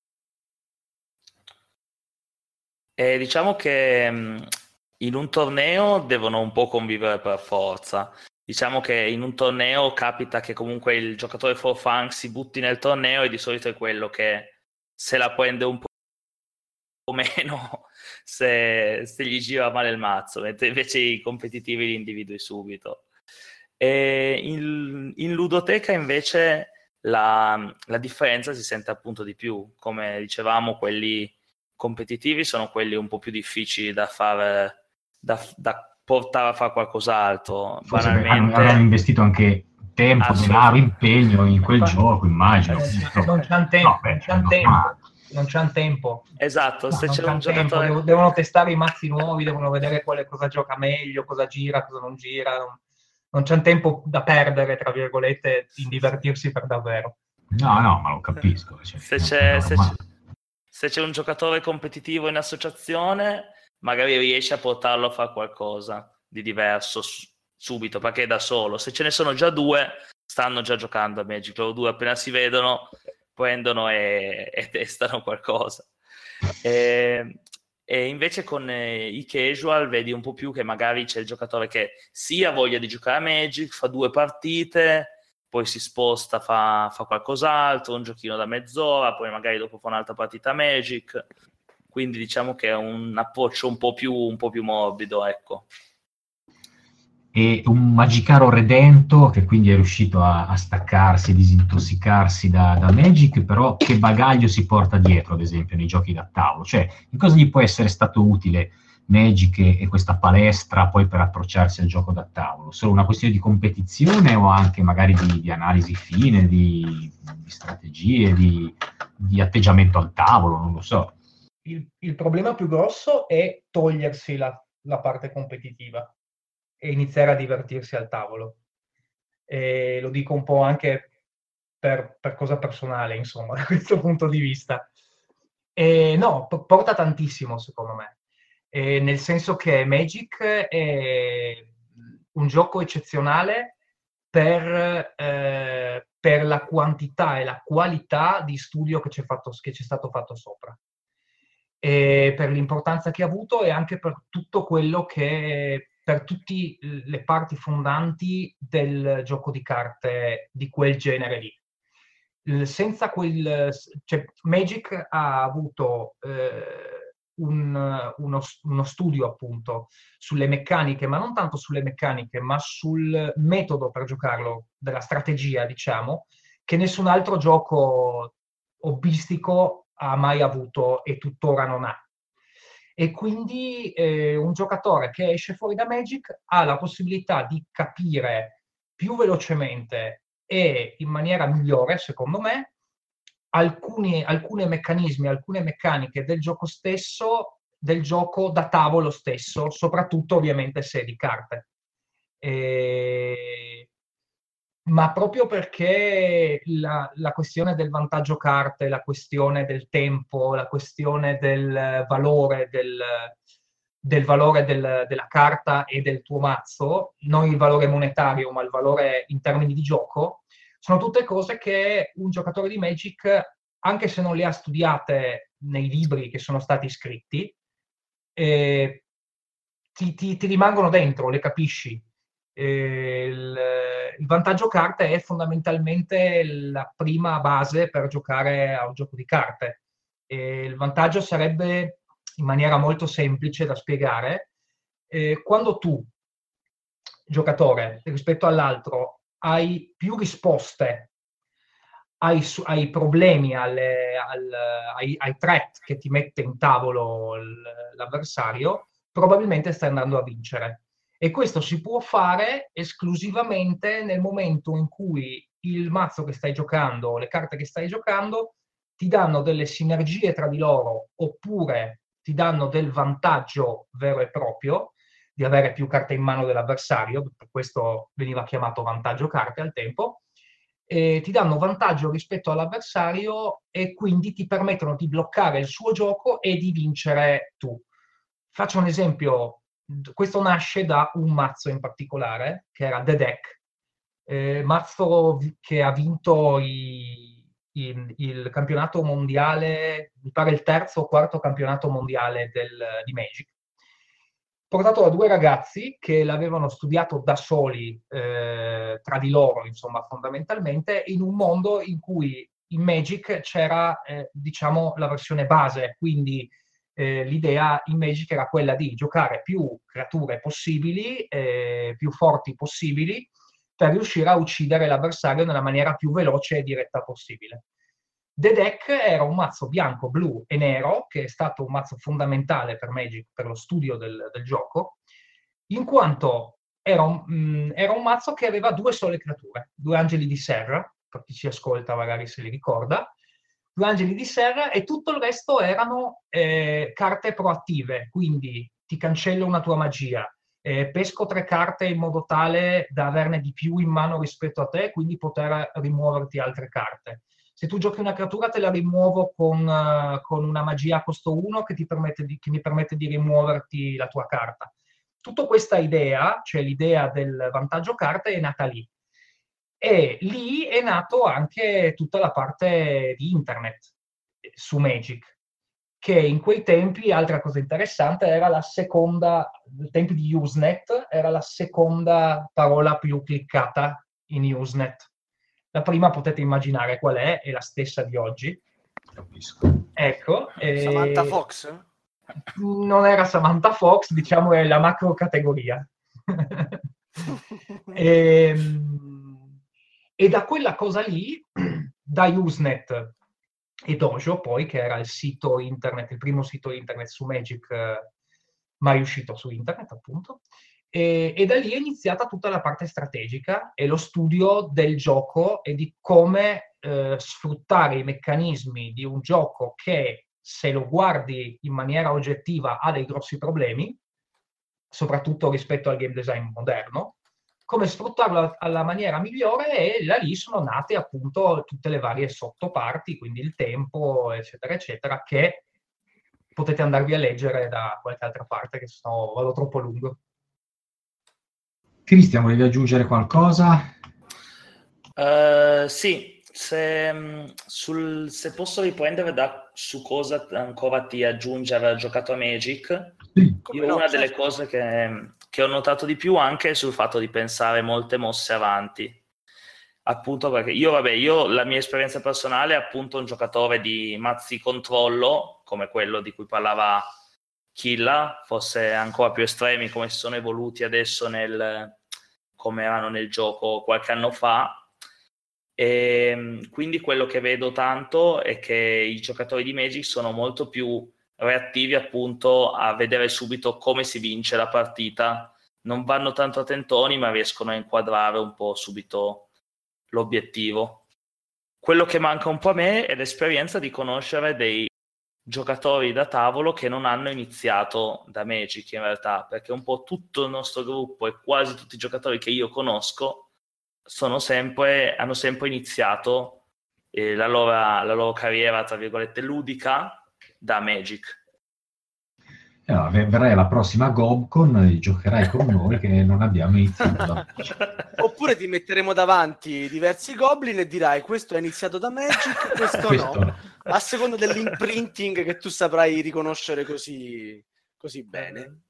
Eh, diciamo che mh, in un torneo devono un po' convivere per forza. Diciamo che in un torneo capita che comunque il giocatore for fun si butti nel torneo, e di solito è quello che se la prende un po' meno se, se gli gira male il mazzo, mentre invece i competitivi li individui subito. E in, in ludoteca invece la, la differenza si sente appunto di più. Come dicevamo, quelli competitivi sono quelli un po' più difficili da fare, da, da portare a fare qualcos'altro. Forse banalmente hanno, hanno investito anche tempo, denaro, impegno in quel Infatti, gioco, immagino. Eh, non c'hanno tempo, No, beh, non c'hanno no, tempo, ma- non c'hanno tempo. esatto, No, se non c'è c'hanno un tempo, giocatore devo- devono testare i mazzi nuovi, devono vedere quale, cosa gioca meglio, cosa gira, cosa non gira. Non, non c'è tempo da perdere, tra virgolette, in divertirsi per davvero. No, no, ma lo capisco. Cioè, se, c'è, se, c'è, se c'è un giocatore competitivo in associazione, magari riesce a portarlo a fare qualcosa di diverso su, subito, perché è da solo. Se ce ne sono già due, stanno già giocando a Magic. Loro due appena si vedono, prendono e, e testano qualcosa. E, e invece con eh, i casual vedi un po' più che magari c'è il giocatore che sì ha voglia di giocare a Magic, fa due partite, poi si sposta, fa, fa qualcos'altro, un giochino da mezz'ora, poi magari dopo fa un'altra partita Magic, quindi diciamo che è un approccio un po' più, un po' più morbido, ecco. E un Magicaro redento che quindi è riuscito a, a staccarsi, disintossicarsi da, da Magic, però che bagaglio si porta dietro, ad esempio, nei giochi da tavolo? Cioè, in cosa gli può essere stato utile Magic e, e questa palestra poi per approcciarsi al gioco da tavolo? Solo una questione di competizione o anche magari di, di analisi fine, di, di strategie, di, di atteggiamento al tavolo, non lo so. Il, il problema più grosso è togliersi la, la parte competitiva e iniziare a divertirsi al tavolo. E lo dico un po' anche per, per cosa personale, insomma, da questo punto di vista. E no, p- porta tantissimo, secondo me. E nel senso che Magic è un gioco eccezionale per, eh, per la quantità e la qualità di studio che c'è, fatto, che c'è stato fatto sopra. E per l'importanza che ha avuto e anche per tutto quello che per tutte le parti fondanti del gioco di carte di quel genere lì. Senza quel, cioè, Magic ha avuto eh, un, uno, uno studio appunto sulle meccaniche, ma non tanto sulle meccaniche, ma sul metodo per giocarlo, della strategia, diciamo, che nessun altro gioco hobbistico ha mai avuto e tuttora non ha. E quindi eh, un giocatore che esce fuori da Magic ha la possibilità di capire più velocemente e in maniera migliore, secondo me, alcuni, alcuni meccanismi, alcune meccaniche del gioco stesso, del gioco da tavolo stesso, soprattutto ovviamente se è di carte. E... ma proprio perché la, la questione del vantaggio carte, la questione del tempo, la questione del valore del, del valore del, della carta e del tuo mazzo, non il valore monetario, ma il valore in termini di gioco, sono tutte cose che un giocatore di Magic, anche se non le ha studiate nei libri che sono stati scritti, eh, ti, ti, ti rimangono dentro, le capisci. Eh, il, il vantaggio carte è fondamentalmente la prima base per giocare a un gioco di carte. E il vantaggio sarebbe, in maniera molto semplice da spiegare, eh, quando tu, giocatore, rispetto all'altro, hai più risposte ai, ai problemi, alle, al, ai, ai threat che ti mette in tavolo l'avversario, probabilmente stai andando a vincere. E questo si può fare esclusivamente nel momento in cui il mazzo che stai giocando, le carte che stai giocando, ti danno delle sinergie tra di loro, oppure ti danno del vantaggio vero e proprio, di avere più carte in mano dell'avversario, per questo veniva chiamato vantaggio carte al tempo, e ti danno vantaggio rispetto all'avversario e quindi ti permettono di bloccare il suo gioco e di vincere tu. Faccio un esempio. Questo nasce da un mazzo in particolare, che era The Deck, eh, mazzo che ha vinto i, il, il campionato mondiale, mi pare il terzo o quarto campionato mondiale del, di Magic, portato da due ragazzi che l'avevano studiato da soli, eh, tra di loro, insomma, fondamentalmente, in un mondo in cui in Magic c'era, eh, diciamo, la versione base, quindi Eh, l'idea in Magic era quella di giocare più creature possibili, eh, più forti possibili, per riuscire a uccidere l'avversario nella maniera più veloce e diretta possibile. The Deck era un mazzo bianco, blu e nero, che è stato un mazzo fondamentale per Magic, per lo studio del, del gioco, in quanto era un, mh, era un mazzo che aveva due sole creature, due angeli di Serra, per chi ci ascolta magari se li ricorda, due angeli di Serra, e tutto il resto erano eh, carte proattive, quindi ti cancello una tua magia, eh, pesco tre carte in modo tale da averne di più in mano rispetto a te, quindi poter rimuoverti altre carte. Se tu giochi una creatura te la rimuovo con, uh, con una magia a costo uno che, ti permette di, che mi permette di rimuoverti la tua carta. Tutta questa idea, cioè l'idea del vantaggio carte, è nata lì. E lì è nato anche tutta la parte di internet su Magic, che in quei tempi, altra cosa interessante, era la seconda, nei tempi di Usenet, era la seconda parola più cliccata in Usenet. La prima potete immaginare qual è, è la stessa di oggi. Capisco. Ecco. Samantha e... Fox? Non era Samantha Fox, diciamo è la macro categoria. e, e da quella cosa lì, da Usenet e Dojo, poi, che era il sito internet, il primo sito internet su Magic eh, mai uscito su internet, appunto, e, e da lì è iniziata tutta la parte strategica e lo studio del gioco e di come eh, sfruttare i meccanismi di un gioco che, se lo guardi in maniera oggettiva, ha dei grossi problemi, soprattutto rispetto al game design moderno, come sfruttarlo alla maniera migliore, e da lì sono nate appunto tutte le varie sottoparti, quindi il tempo, eccetera, eccetera, che potete andarvi a leggere da qualche altra parte, che sono, vado troppo lungo. Cristian, volevi aggiungere qualcosa? Uh, sì, se, sul, se posso riprendere da su cosa ancora ti aggiunge aver giocato a Magic, Sì. io no, una certo. delle cose che, che ho notato di più anche è sul fatto di pensare molte mosse avanti, appunto perché io, vabbè, io la mia esperienza personale è appunto un giocatore di mazzi controllo, come quello di cui parlava Killa, forse ancora più estremi come si sono evoluti adesso nel, come erano nel gioco qualche anno fa. E quindi quello che vedo tanto è che i giocatori di Magic sono molto più reattivi appunto a vedere subito come si vince la partita, non vanno tanto a tentoni ma riescono a inquadrare un po' subito l'obiettivo. Quello che manca un po' a me è l'esperienza di conoscere dei giocatori da tavolo che non hanno iniziato da Magic in realtà, perché un po' tutto il nostro gruppo e quasi tutti i giocatori che io conosco sono sempre, hanno sempre iniziato eh, la, loro, la loro carriera, tra virgolette, ludica da Magic. No, verrai alla prossima GobCon e giocherai con noi che non abbiamo iniziato da Magic. Oppure ti metteremo davanti diversi goblin e dirai questo è iniziato da Magic, questo, Questo no. no. A seconda dell'imprinting che tu saprai riconoscere così, così bene.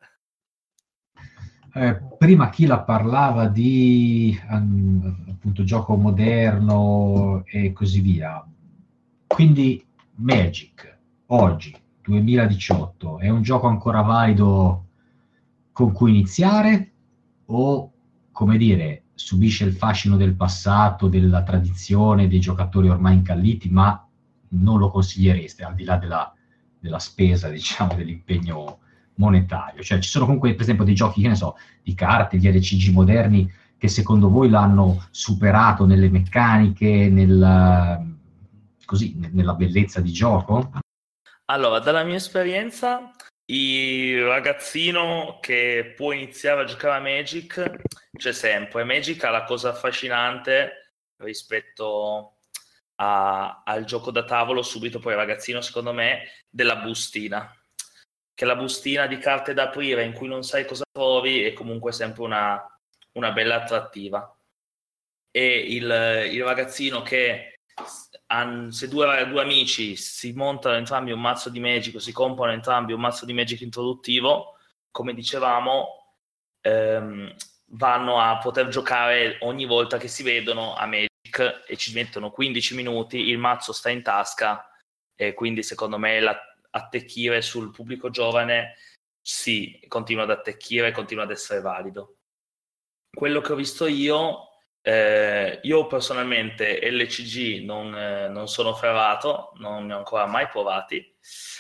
Eh, prima Killa parlava di um, appunto gioco moderno e così via. Quindi Magic oggi, duemiladiciotto, è un gioco ancora valido con cui iniziare o, come dire, subisce il fascino del passato, della tradizione, dei giocatori ormai incalliti, ma non lo consigliereste al di là della, della spesa, diciamo, dell'impegno monetario? Cioè ci sono comunque per esempio dei giochi, che ne so, di carte, gli L C G moderni che secondo voi l'hanno superato nelle meccaniche, nel, così, nella bellezza di gioco? Allora, dalla mia esperienza, il ragazzino che può iniziare a giocare a Magic c'è sempre. Magic ha la cosa affascinante rispetto a, al gioco da tavolo, subito poi il ragazzino, secondo me, della bustina. Che la bustina di carte da aprire in cui non sai cosa trovi è comunque sempre una, una bella attrattiva. E il, il ragazzino che han, se due, due amici si montano entrambi un mazzo di Magic o si comprano entrambi un mazzo di Magic introduttivo, come dicevamo, ehm, vanno a poter giocare ogni volta che si vedono a Magic e ci mettono quindici minuti, il mazzo sta in tasca e quindi secondo me la attecchire sul pubblico giovane sì, continua ad attecchire, continua ad essere valido. Quello che ho visto io, eh, io personalmente L C G non, eh, non sono ferrato, non ne ho ancora mai provati.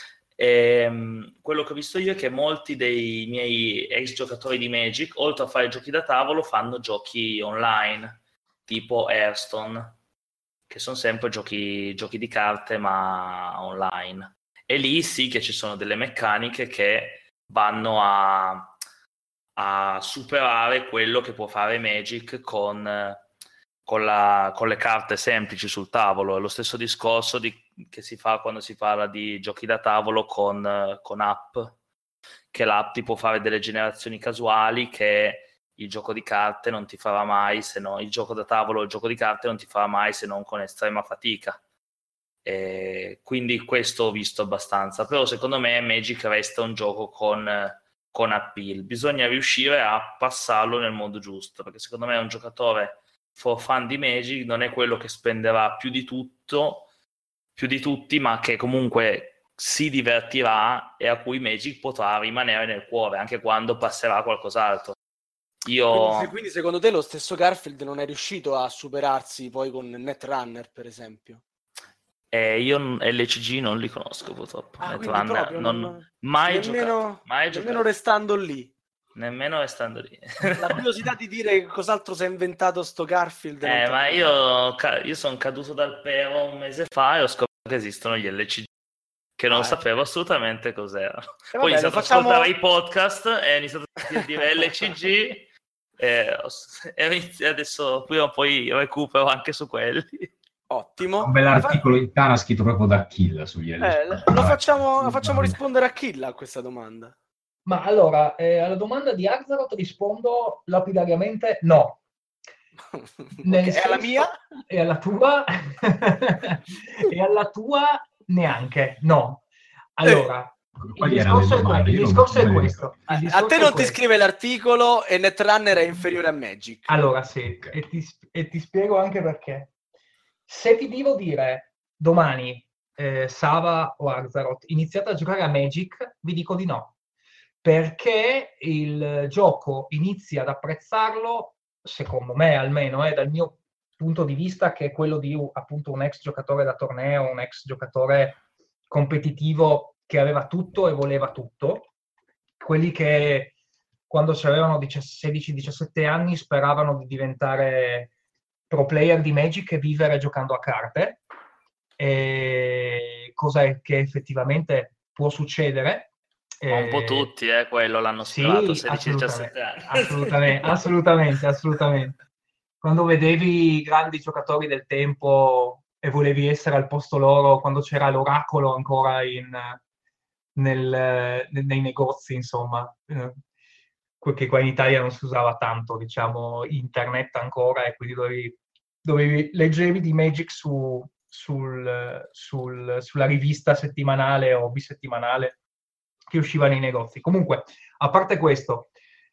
E, quello che ho visto io è che molti dei miei ex giocatori di Magic, oltre a fare giochi da tavolo, fanno giochi online, tipo Hearthstone, che sono sempre giochi, giochi di carte ma online. E lì sì che ci sono delle meccaniche che vanno a, a superare quello che può fare Magic con, con, la, con le carte semplici sul tavolo. È lo stesso discorso di, che si fa quando si parla di giochi da tavolo con, con app, che l'app ti può fare delle generazioni casuali che il gioco di carte non ti farà mai, se no il gioco da tavolo, il gioco di carte non ti farà mai se non con estrema fatica. E quindi questo ho visto abbastanza, però secondo me Magic resta un gioco con, con appeal. Bisogna riuscire a passarlo nel modo giusto, perché secondo me un giocatore for fan di Magic non è quello che spenderà più di tutto, più di tutti, ma che comunque si divertirà e a cui Magic potrà rimanere nel cuore anche quando passerà qualcos'altro. Io... Quindi, quindi secondo te lo stesso Garfield non è riuscito a superarsi poi con Netrunner, per esempio? Eh, io L C G non li conosco purtroppo. Ah, Netrunner, proprio, non... non... mai nemmeno, giocato, mai nemmeno giocato. restando lì. Nemmeno restando lì. La curiosità di dire che cos'altro si è inventato sto Garfield. Eh, ma io, io sono caduto dal pero un mese fa e ho scoperto che esistono gli L C G, che non ah, sapevo assolutamente cos'erano. Eh, Poi vabbè, ho iniziato facciamo... ad ascoltare i podcast e ho iniziato a dire L C G e, e adesso prima o poi recupero anche su quelli. Ottimo. Un bell'articolo in Tana scritto proprio da Kill sugli L C G. Eh, lo facciamo, lo facciamo rispondere a Kill a questa domanda. Ma allora, eh, alla domanda di Axaroth rispondo lapidariamente no. Nel Okay, alla mia? E alla tua? E alla tua neanche, no. Allora, eh, il discorso, è, que- il discorso è questo. Il discorso a te non è ti questo. scrive l'articolo e Netrunner è inferiore a Magic. Allora sì, e ti, e ti spiego anche perché. Se ti devo dire domani, eh, Sava o Axaroth, iniziate a giocare a Magic, vi dico di no. Perché il gioco inizi ad apprezzarlo, secondo me almeno, eh, dal mio punto di vista, che è quello di appunto un ex giocatore da torneo, un ex giocatore competitivo che aveva tutto e voleva tutto, quelli che quando avevano sedici diciassette anni speravano di diventare pro player di Magic e vivere giocando a carte, e cosa che effettivamente può succedere. Ma un po' tutti, eh, quello l'hanno sperato, sì, sedici diciassette anni. Assolutamente, assolutamente, assolutamente. Quando vedevi i grandi giocatori del tempo e volevi essere al posto loro, quando c'era l'oracolo ancora in, nel, nei negozi, insomma, che qua in Italia non si usava tanto, diciamo, internet ancora, e quindi dovevi, dovevi leggevi di Magic su, sul, sul, sulla rivista settimanale o bisettimanale che usciva nei negozi. Comunque, a parte questo,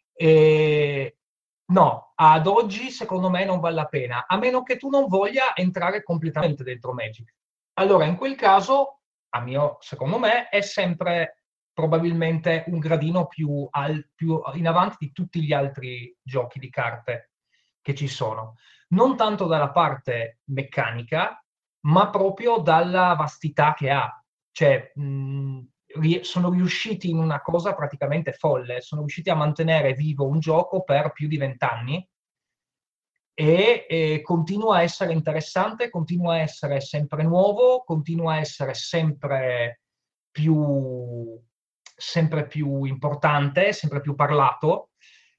eh, no, ad oggi secondo me non vale la pena, a meno che tu non voglia entrare completamente dentro Magic. Allora, in quel caso, a mio, secondo me, è sempre probabilmente un gradino più, al, più in avanti di tutti gli altri giochi di carte che ci sono. Non tanto dalla parte meccanica, ma proprio dalla vastità che ha. Cioè, mh, sono riusciti in una cosa praticamente folle, sono riusciti a mantenere vivo un gioco per più di vent'anni e, e continua a essere interessante, continua a essere sempre nuovo, continua a essere sempre più, sempre più importante, sempre più parlato,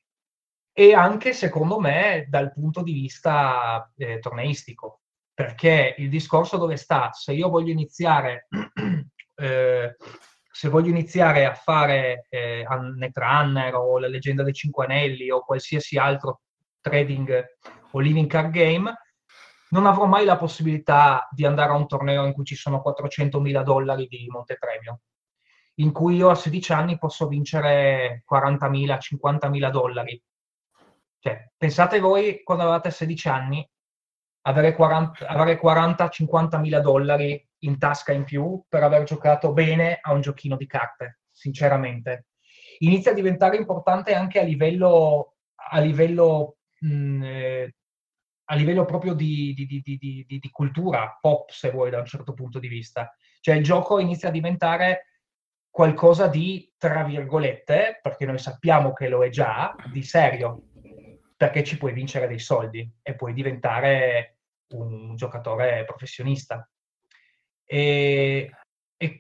e anche secondo me dal punto di vista eh, torneistico, perché il discorso dove sta? Se io voglio iniziare eh, se voglio iniziare a fare eh, Netrunner o la Leggenda dei Cinque Anelli o qualsiasi altro trading o living card game, non avrò mai la possibilità di andare a un torneo in cui ci sono quattrocentomila dollari di montepremio, in cui io a sedici anni posso vincere quarantamila, cinquantamila dollari. Cioè, pensate voi quando avevate sedici anni avere quaranta, avere quaranta cinquantamila dollari in tasca in più per aver giocato bene a un giochino di carte, sinceramente. Inizia a diventare importante anche a livello a livello mh, eh, a livello proprio di, di, di, di, di, di cultura pop, se vuoi, da un certo punto di vista. Cioè il gioco inizia a diventare qualcosa di, tra virgolette, perché noi sappiamo che lo è già, di serio, perché ci puoi vincere dei soldi e puoi diventare un giocatore professionista. E, e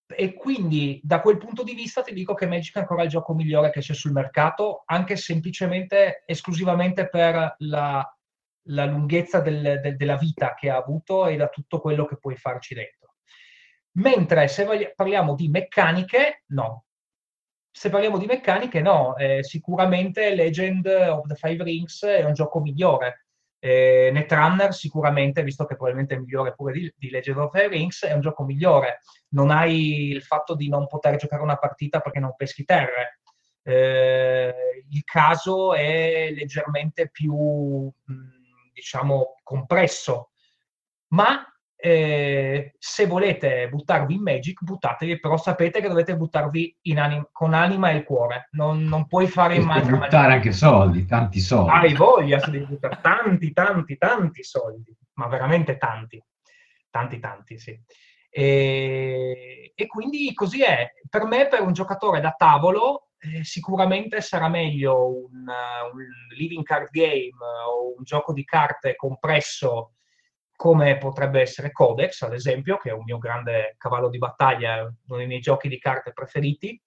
e quindi da quel punto di vista ti dico che Magic è ancora il gioco migliore che c'è sul mercato, anche semplicemente, esclusivamente per la, la lunghezza del, del, della vita che ha avuto e da tutto quello che puoi farci dentro. Mentre se voglia, parliamo di meccaniche, no. Se parliamo di meccaniche, no. Eh, sicuramente Legend of the Five Rings è un gioco migliore. Eh, Netrunner sicuramente, visto che probabilmente è migliore pure di, di Legend of the Five Rings, è un gioco migliore. Non hai il fatto di non poter giocare una partita perché non peschi terre. Eh, il caso è leggermente più, mh, diciamo, compresso. Ma eh, se volete buttarvi in Magic, buttatevi, però sapete che dovete buttarvi in anim- con anima e il cuore. Non, non puoi fare E in puoi altra buttare maniera. anche soldi, tanti soldi. Hai voglia se devi buttare tanti, tanti, tanti soldi, ma veramente tanti, tanti, tanti, sì. E, e quindi così è. Per me, per un giocatore da tavolo, eh, sicuramente sarà meglio un, uh, un living card game o un gioco di carte compresso come potrebbe essere Codex, ad esempio, che è un mio grande cavallo di battaglia, uno dei miei giochi di carte preferiti.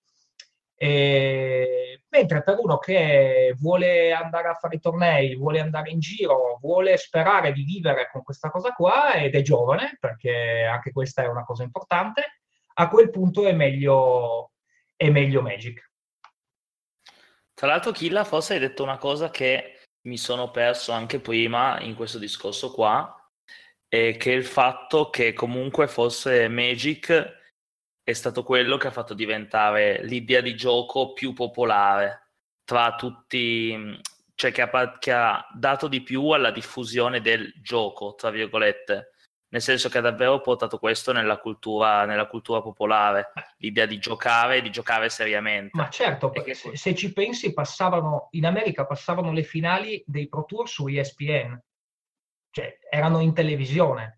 E, mentre per uno che vuole andare a fare i tornei, vuole andare in giro, vuole sperare di vivere con questa cosa qua ed è giovane, perché anche questa è una cosa importante, a quel punto è meglio, è meglio Magic. Tra l'altro, Killa, forse hai detto una cosa che mi sono perso anche prima in questo discorso qua, e che è il fatto che comunque forse Magic è stato quello che ha fatto diventare l'idea di gioco più popolare tra tutti, cioè che ha, che ha dato di più alla diffusione del gioco, tra virgolette, nel senso che ha davvero portato questo nella cultura, nella cultura popolare, l'idea di giocare, di giocare seriamente. Ma certo, che... se, se ci pensi, passavano in America passavano le finali dei Pro Tour su E S P N, cioè erano in televisione.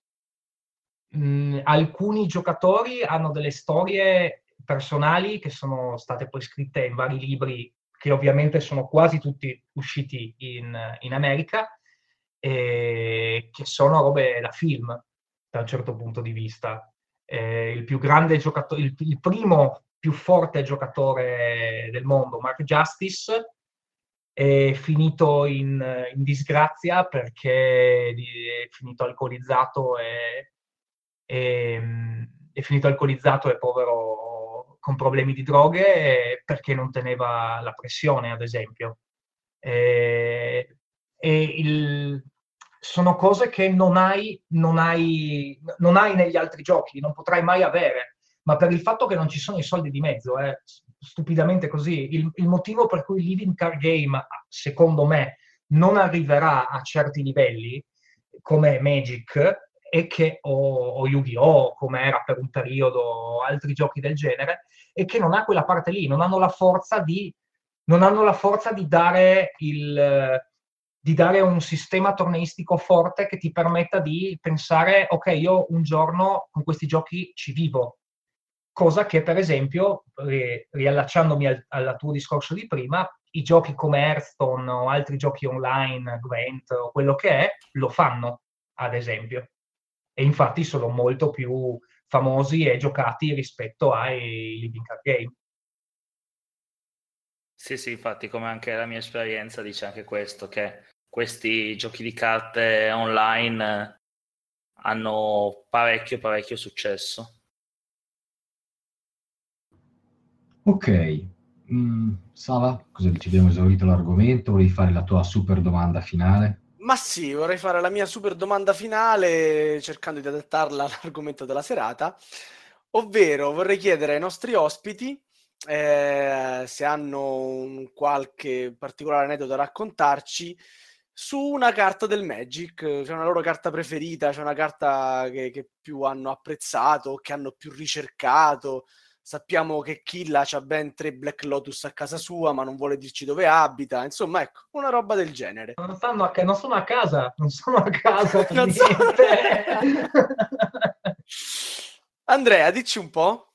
Mm, alcuni giocatori hanno delle storie personali che sono state poi scritte in vari libri, che ovviamente sono quasi tutti usciti in, in America, e che sono robe da film, da un certo punto di vista. Eh, il più grande giocatore, il, il primo più forte giocatore del mondo, Mark Justice, è finito in, in disgrazia perché è finito alcolizzato e e, è finito alcolizzato e povero con problemi di droghe perché non teneva la pressione, ad esempio. E, e il, sono cose che non hai, non, hai, non hai negli altri giochi, non potrai mai avere, ma per il fatto che non ci sono i soldi di mezzo, è eh, stupidamente così. Il, il motivo per cui il living card game, secondo me, non arriverà a certi livelli, come Magic, e che, o, o Yu-Gi-Oh!, come era per un periodo, o altri giochi del genere, e che non ha quella parte lì, non hanno la forza di, non hanno la forza di dare il, di dare un sistema torneistico forte che ti permetta di pensare, ok, io un giorno con questi giochi ci vivo. Cosa che, per esempio, ri, riallacciandomi al, al tuo discorso di prima, i giochi come Hearthstone o altri giochi online, Gwent o quello che è, lo fanno, ad esempio. E infatti sono molto più famosi e giocati rispetto ai living card game. Sì, sì, infatti, come anche la mia esperienza dice anche questo, che questi giochi di carte online hanno parecchio, parecchio successo. Ok, mm, Sala, cosa dici? Abbiamo esaurito l'argomento, volevi fare la tua super domanda finale? Ma sì, vorrei fare la mia super domanda finale cercando di adattarla all'argomento della serata, ovvero vorrei chiedere ai nostri ospiti eh, se hanno un qualche particolare aneddoto da raccontarci su una carta del Magic, c'è una loro carta preferita, c'è una carta che, che più hanno apprezzato, che hanno più ricercato. Sappiamo che Killa c'ha ben tre Black Lotus a casa sua, ma non vuole dirci dove abita. Insomma, ecco, una roba del genere. Non, stanno a, non sono a casa, non sono a casa per Non niente. so. Andrea, dici un po'.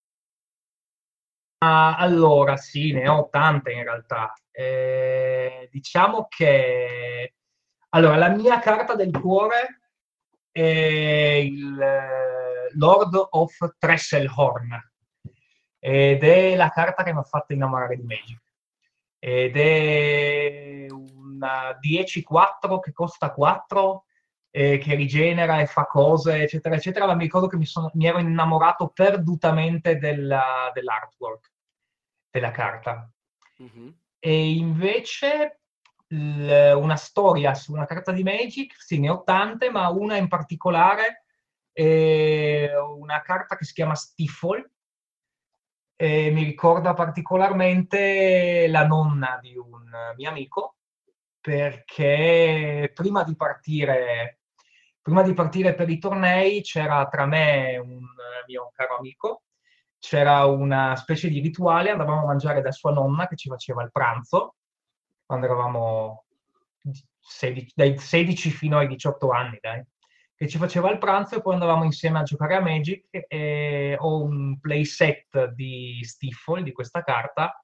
Ah, allora, sì, ne ho tante in realtà. Eh, diciamo che... Allora, la mia carta del cuore è il, Lord of Tresselhorn, ed è la carta che mi ha fatto innamorare di Magic. Ed è una dieci quattro che costa quattro, eh, che rigenera e fa cose, eccetera, eccetera. Ma mi ricordo che mi, sono, mi ero innamorato perdutamente della, dell'artwork della carta. Mm-hmm. E invece l, una storia su una carta di Magic, sì, ne ho tante, ma una in particolare è una carta che si chiama Stifle. E mi ricorda particolarmente la nonna di un mio amico, perché prima di partire, prima di partire per i tornei c'era tra me e un mio caro amico, c'era una specie di rituale, andavamo a mangiare da sua nonna che ci faceva il pranzo, quando eravamo sedici, dai sedici fino ai diciotto anni, dai. Che ci faceva il pranzo e poi andavamo insieme a giocare a Magic. E ho un playset di Stifle, di questa carta,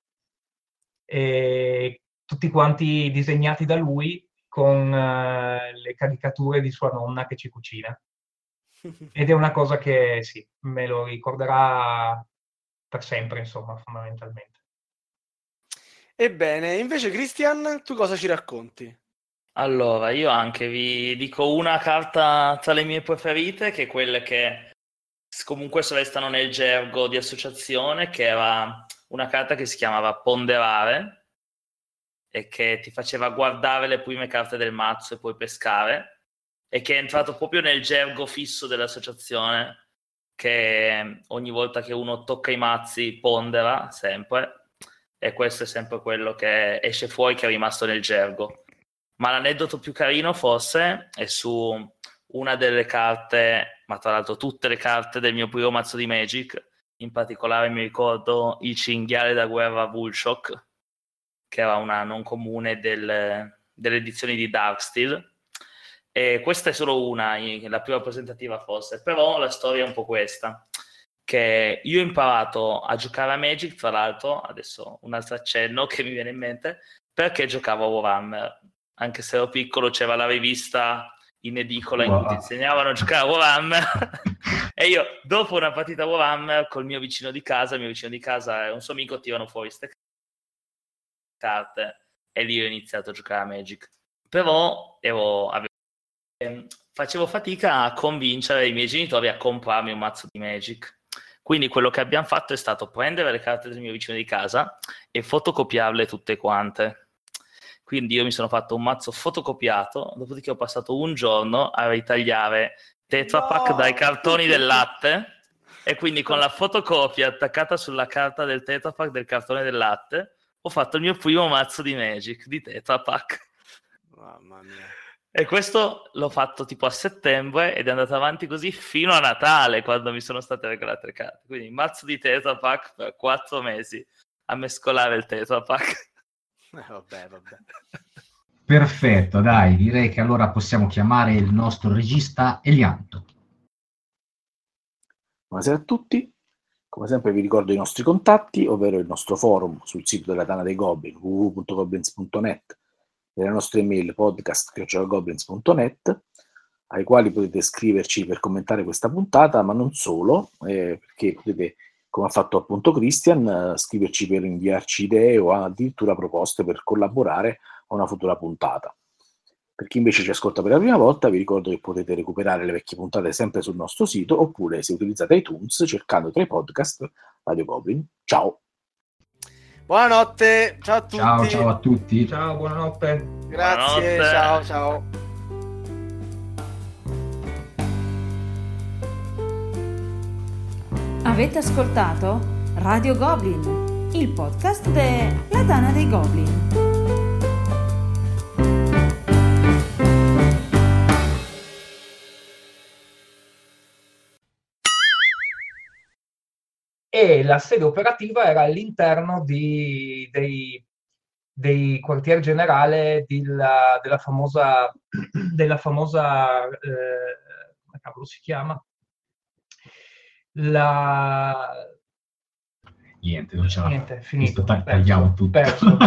e tutti quanti disegnati da lui con uh, le caricature di sua nonna che ci cucina. Ed è una cosa che sì, me lo ricorderà per sempre, insomma, fondamentalmente. Ebbene, invece Christian, tu cosa ci racconti? Allora, io anche vi dico una carta tra le mie preferite, che è quelle che comunque restano nel gergo di associazione, che era una carta che si chiamava Ponderare e che ti faceva guardare le prime carte del mazzo e poi pescare, e che è entrato proprio nel gergo fisso dell'associazione, che ogni volta che uno tocca i mazzi pondera sempre, e questo è sempre quello che esce fuori, che è rimasto nel gergo. Ma l'aneddoto più carino forse è su una delle carte, ma tra l'altro tutte le carte del mio primo mazzo di Magic. In particolare mi ricordo il cinghiale da guerra Vulshock, che era una non comune del, delle edizioni di Darksteel. E questa è solo una, la più rappresentativa forse, però la storia è un po' questa, che io ho imparato a giocare a Magic, tra l'altro, adesso un altro accenno che mi viene in mente, perché giocavo a Warhammer. Anche se ero piccolo c'era la rivista in edicola in wow. cui ti insegnavano a giocare a Warhammer e io dopo una partita a Warhammer col mio vicino di casa, il mio vicino di casa e un suo amico tirano fuori queste carte e lì ho iniziato a giocare a Magic. Però ero, avevo, facevo fatica a convincere i miei genitori a comprarmi un mazzo di Magic. Quindi quello che abbiamo fatto è stato prendere le carte del mio vicino di casa e fotocopiarle tutte quante. Quindi io mi sono fatto un mazzo fotocopiato, dopodiché ho passato un giorno a ritagliare Tetra Pak no! dai cartoni del latte, e quindi con la fotocopia attaccata sulla carta del Tetra Pak del cartone del latte ho fatto il mio primo mazzo di Magic di Tetra Pak. Mamma mia. E questo l'ho fatto tipo a settembre ed è andato avanti così fino a Natale, quando mi sono state regalate le carte. Quindi mazzo di Tetra Pak per quattro mesi a mescolare il Tetra Pak. Eh, vabbè, vabbè. Perfetto, dai, direi che allora possiamo chiamare il nostro regista Elianto. Buonasera a tutti, come sempre vi ricordo i nostri contatti, ovvero il nostro forum sul sito della Tana dei Goblin, w w w punto goblins punto net, e le nostre email podcast chiocciola goblins punto net, ai quali potete scriverci per commentare questa puntata, ma non solo, eh, perché potete, come ha fatto appunto Christian, uh, scriverci per inviarci idee o addirittura proposte per collaborare a una futura puntata. Per chi invece ci ascolta per la prima volta, vi ricordo che potete recuperare le vecchie puntate sempre sul nostro sito, oppure se utilizzate iTunes cercando tra i podcast Radio Goblin. Ciao! Buonanotte, ciao a tutti! Ciao, ciao a tutti! Ciao, buonanotte! Grazie, buonanotte. ciao, ciao! Avete ascoltato Radio Goblin, il podcast della Tana dei Goblin. E la sede operativa era all'interno di, dei, dei quartier generale della, della famosa, della famosa eh, come cavolo si chiama? La... Niente, non ce l'ha. Niente, finito. Tag- tagliamo tutto. Perso.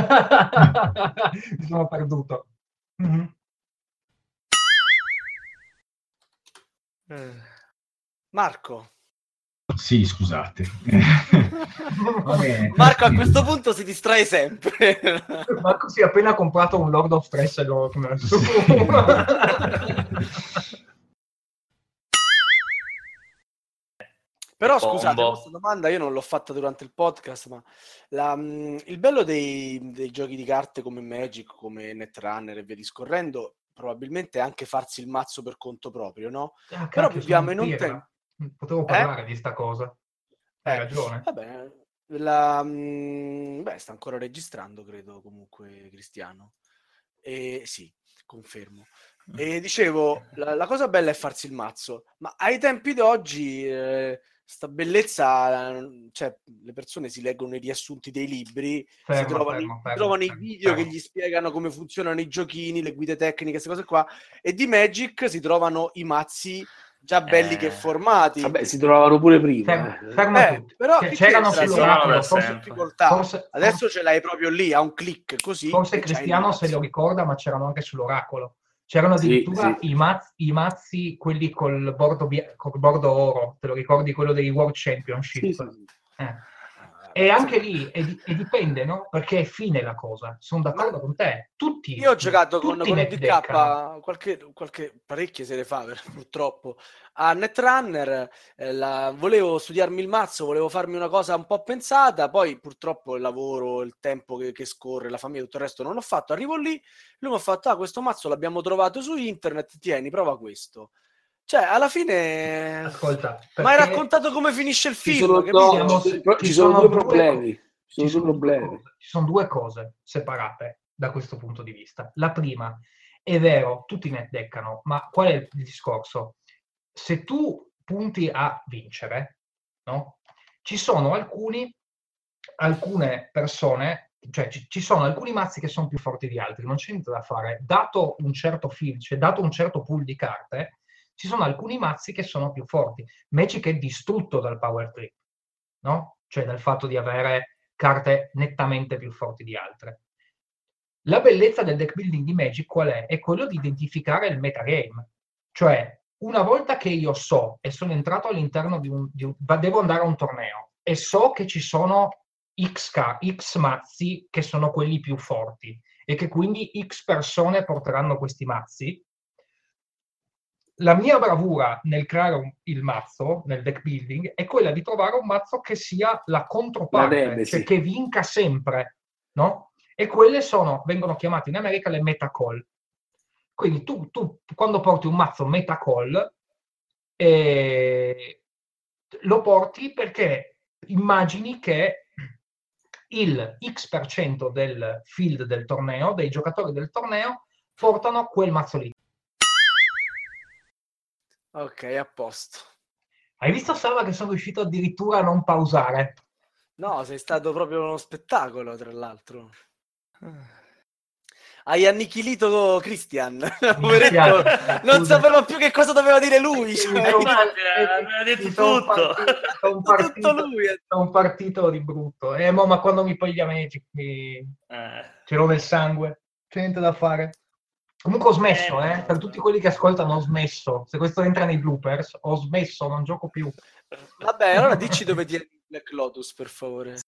Mi sono perduto. Mm-hmm. Eh. Marco. Sì, scusate. Vabbè, Marco a questo punto si distrae sempre. Marco si è appena comprato un Lord of Stress e lo... Sì. Però Combo. scusate, questa domanda io non l'ho fatta durante il podcast, ma la, mh, il bello dei, dei giochi di carte come Magic, come Netrunner e via discorrendo, probabilmente è anche farsi il mazzo per conto proprio, no? Ah, Però cacchio, viviamo sono in un pirla. tempo... Potevo Eh? parlare di sta cosa. Hai Eh, ragione. Vabbè, la, mh, beh, sta ancora registrando, credo, comunque, Cristiano. E sì, confermo. E dicevo, la, la cosa bella è farsi il mazzo, ma ai tempi d'oggi eh, sta bellezza, eh, cioè le persone si leggono i riassunti dei libri, si Fermo, trovano, fermo, i- fermo, trovano i fermo, video che fermo. gli spiegano come funzionano i giochini, le guide tecniche, queste cose qua, e di Magic si trovano i mazzi già belli Eh, che formati. Vabbè, si trovavano pure prima. Fermo, eh. fermo Eh, tutti. però C'è- chi C'erano c'entra? Sì, sull'oracolo, sono da forse, sempre. difficoltà. forse, Adesso forse, ce l'hai proprio lì, a un click, così. forse e c'hai il Cristiano se mazzo. lo ricorda, ma c'erano anche sull'oracolo. C'erano Sì, addirittura sì. I, mazzi, i mazzi, quelli col bordo, bia- col bordo oro, te lo ricordi, quello dei World Championship? Sì, sì, sì. Eh. Eh, E anche insomma, lì, e, di- e dipende, no? Perché è fine la cosa. Sono d'accordo ma con te. Tutti, io ho giocato con, tutti con il net D K deccano. qualche, qualche parecchie sere fa, per- purtroppo, a Netrunner. Eh, la- volevo studiarmi il mazzo, volevo farmi una cosa un po' pensata, poi purtroppo il lavoro, il tempo che, che scorre, la famiglia, tutto il resto non l'ho fatto. Arrivo lì, lui mi ha fatto, ah, questo mazzo l'abbiamo trovato su internet, tieni, prova questo. Cioè, alla fine Ascolta, mi hai perché raccontato come finisce il Ci film, sono, capito? no, siamo- ci sono- ci ci sono sono due due problemi. co- Ci sono ci due sono due problemi. cose, ci sono due cose separate da questo punto di vista. La prima, è vero, tutti net deccano, ma qual è il discorso? Se tu punti a vincere, no? Ci sono alcuni, alcune persone, cioè ci, ci sono alcuni mazzi che sono più forti di altri, non c'è niente da fare. Dato un certo field, cioè dato un certo pool di carte, ci sono alcuni mazzi che sono più forti. Magic è distrutto dal power trip, no? Cioè dal fatto di avere carte nettamente più forti di altre. La bellezza del deck building di Magic qual è? È quello di identificare il metagame. Cioè, una volta che io so e sono entrato all'interno di un, di un... devo andare a un torneo e so che ci sono X, X mazzi che sono quelli più forti e che quindi X persone porteranno questi mazzi, la mia bravura nel creare un, il mazzo, nel deck building, è quella di trovare un mazzo che sia la controparte, La nemesi. cioè che vinca sempre, no? E quelle sono, vengono chiamate in America le metacall. Quindi tu, tu quando porti un mazzo metacall, eh, lo porti perché immagini che il X per cento del field del torneo, dei giocatori del torneo, portano quel mazzo lì. Ok, a posto. Hai visto, Sava, che sono riuscito addirittura a non pausare? No, sei stato proprio uno spettacolo, tra l'altro. Hai annichilito Christian. Poveretto, non Scusa. sapeva più che cosa doveva dire lui. Sì, Cioè, sono- aveva detto sì, sono tutto. partito- sono partito, tutto lui. sono partito di brutto. Eh, mo, ma quando mi poi gli Magic mi... Eh. ce l'ho nel sangue, c'è niente da fare. Comunque ho smesso, Eh, eh, per tutti quelli che ascoltano ho smesso. Se questo entra nei bloopers, ho smesso, non gioco più. Vabbè, allora dici dove tieni Black Lotus, per favore.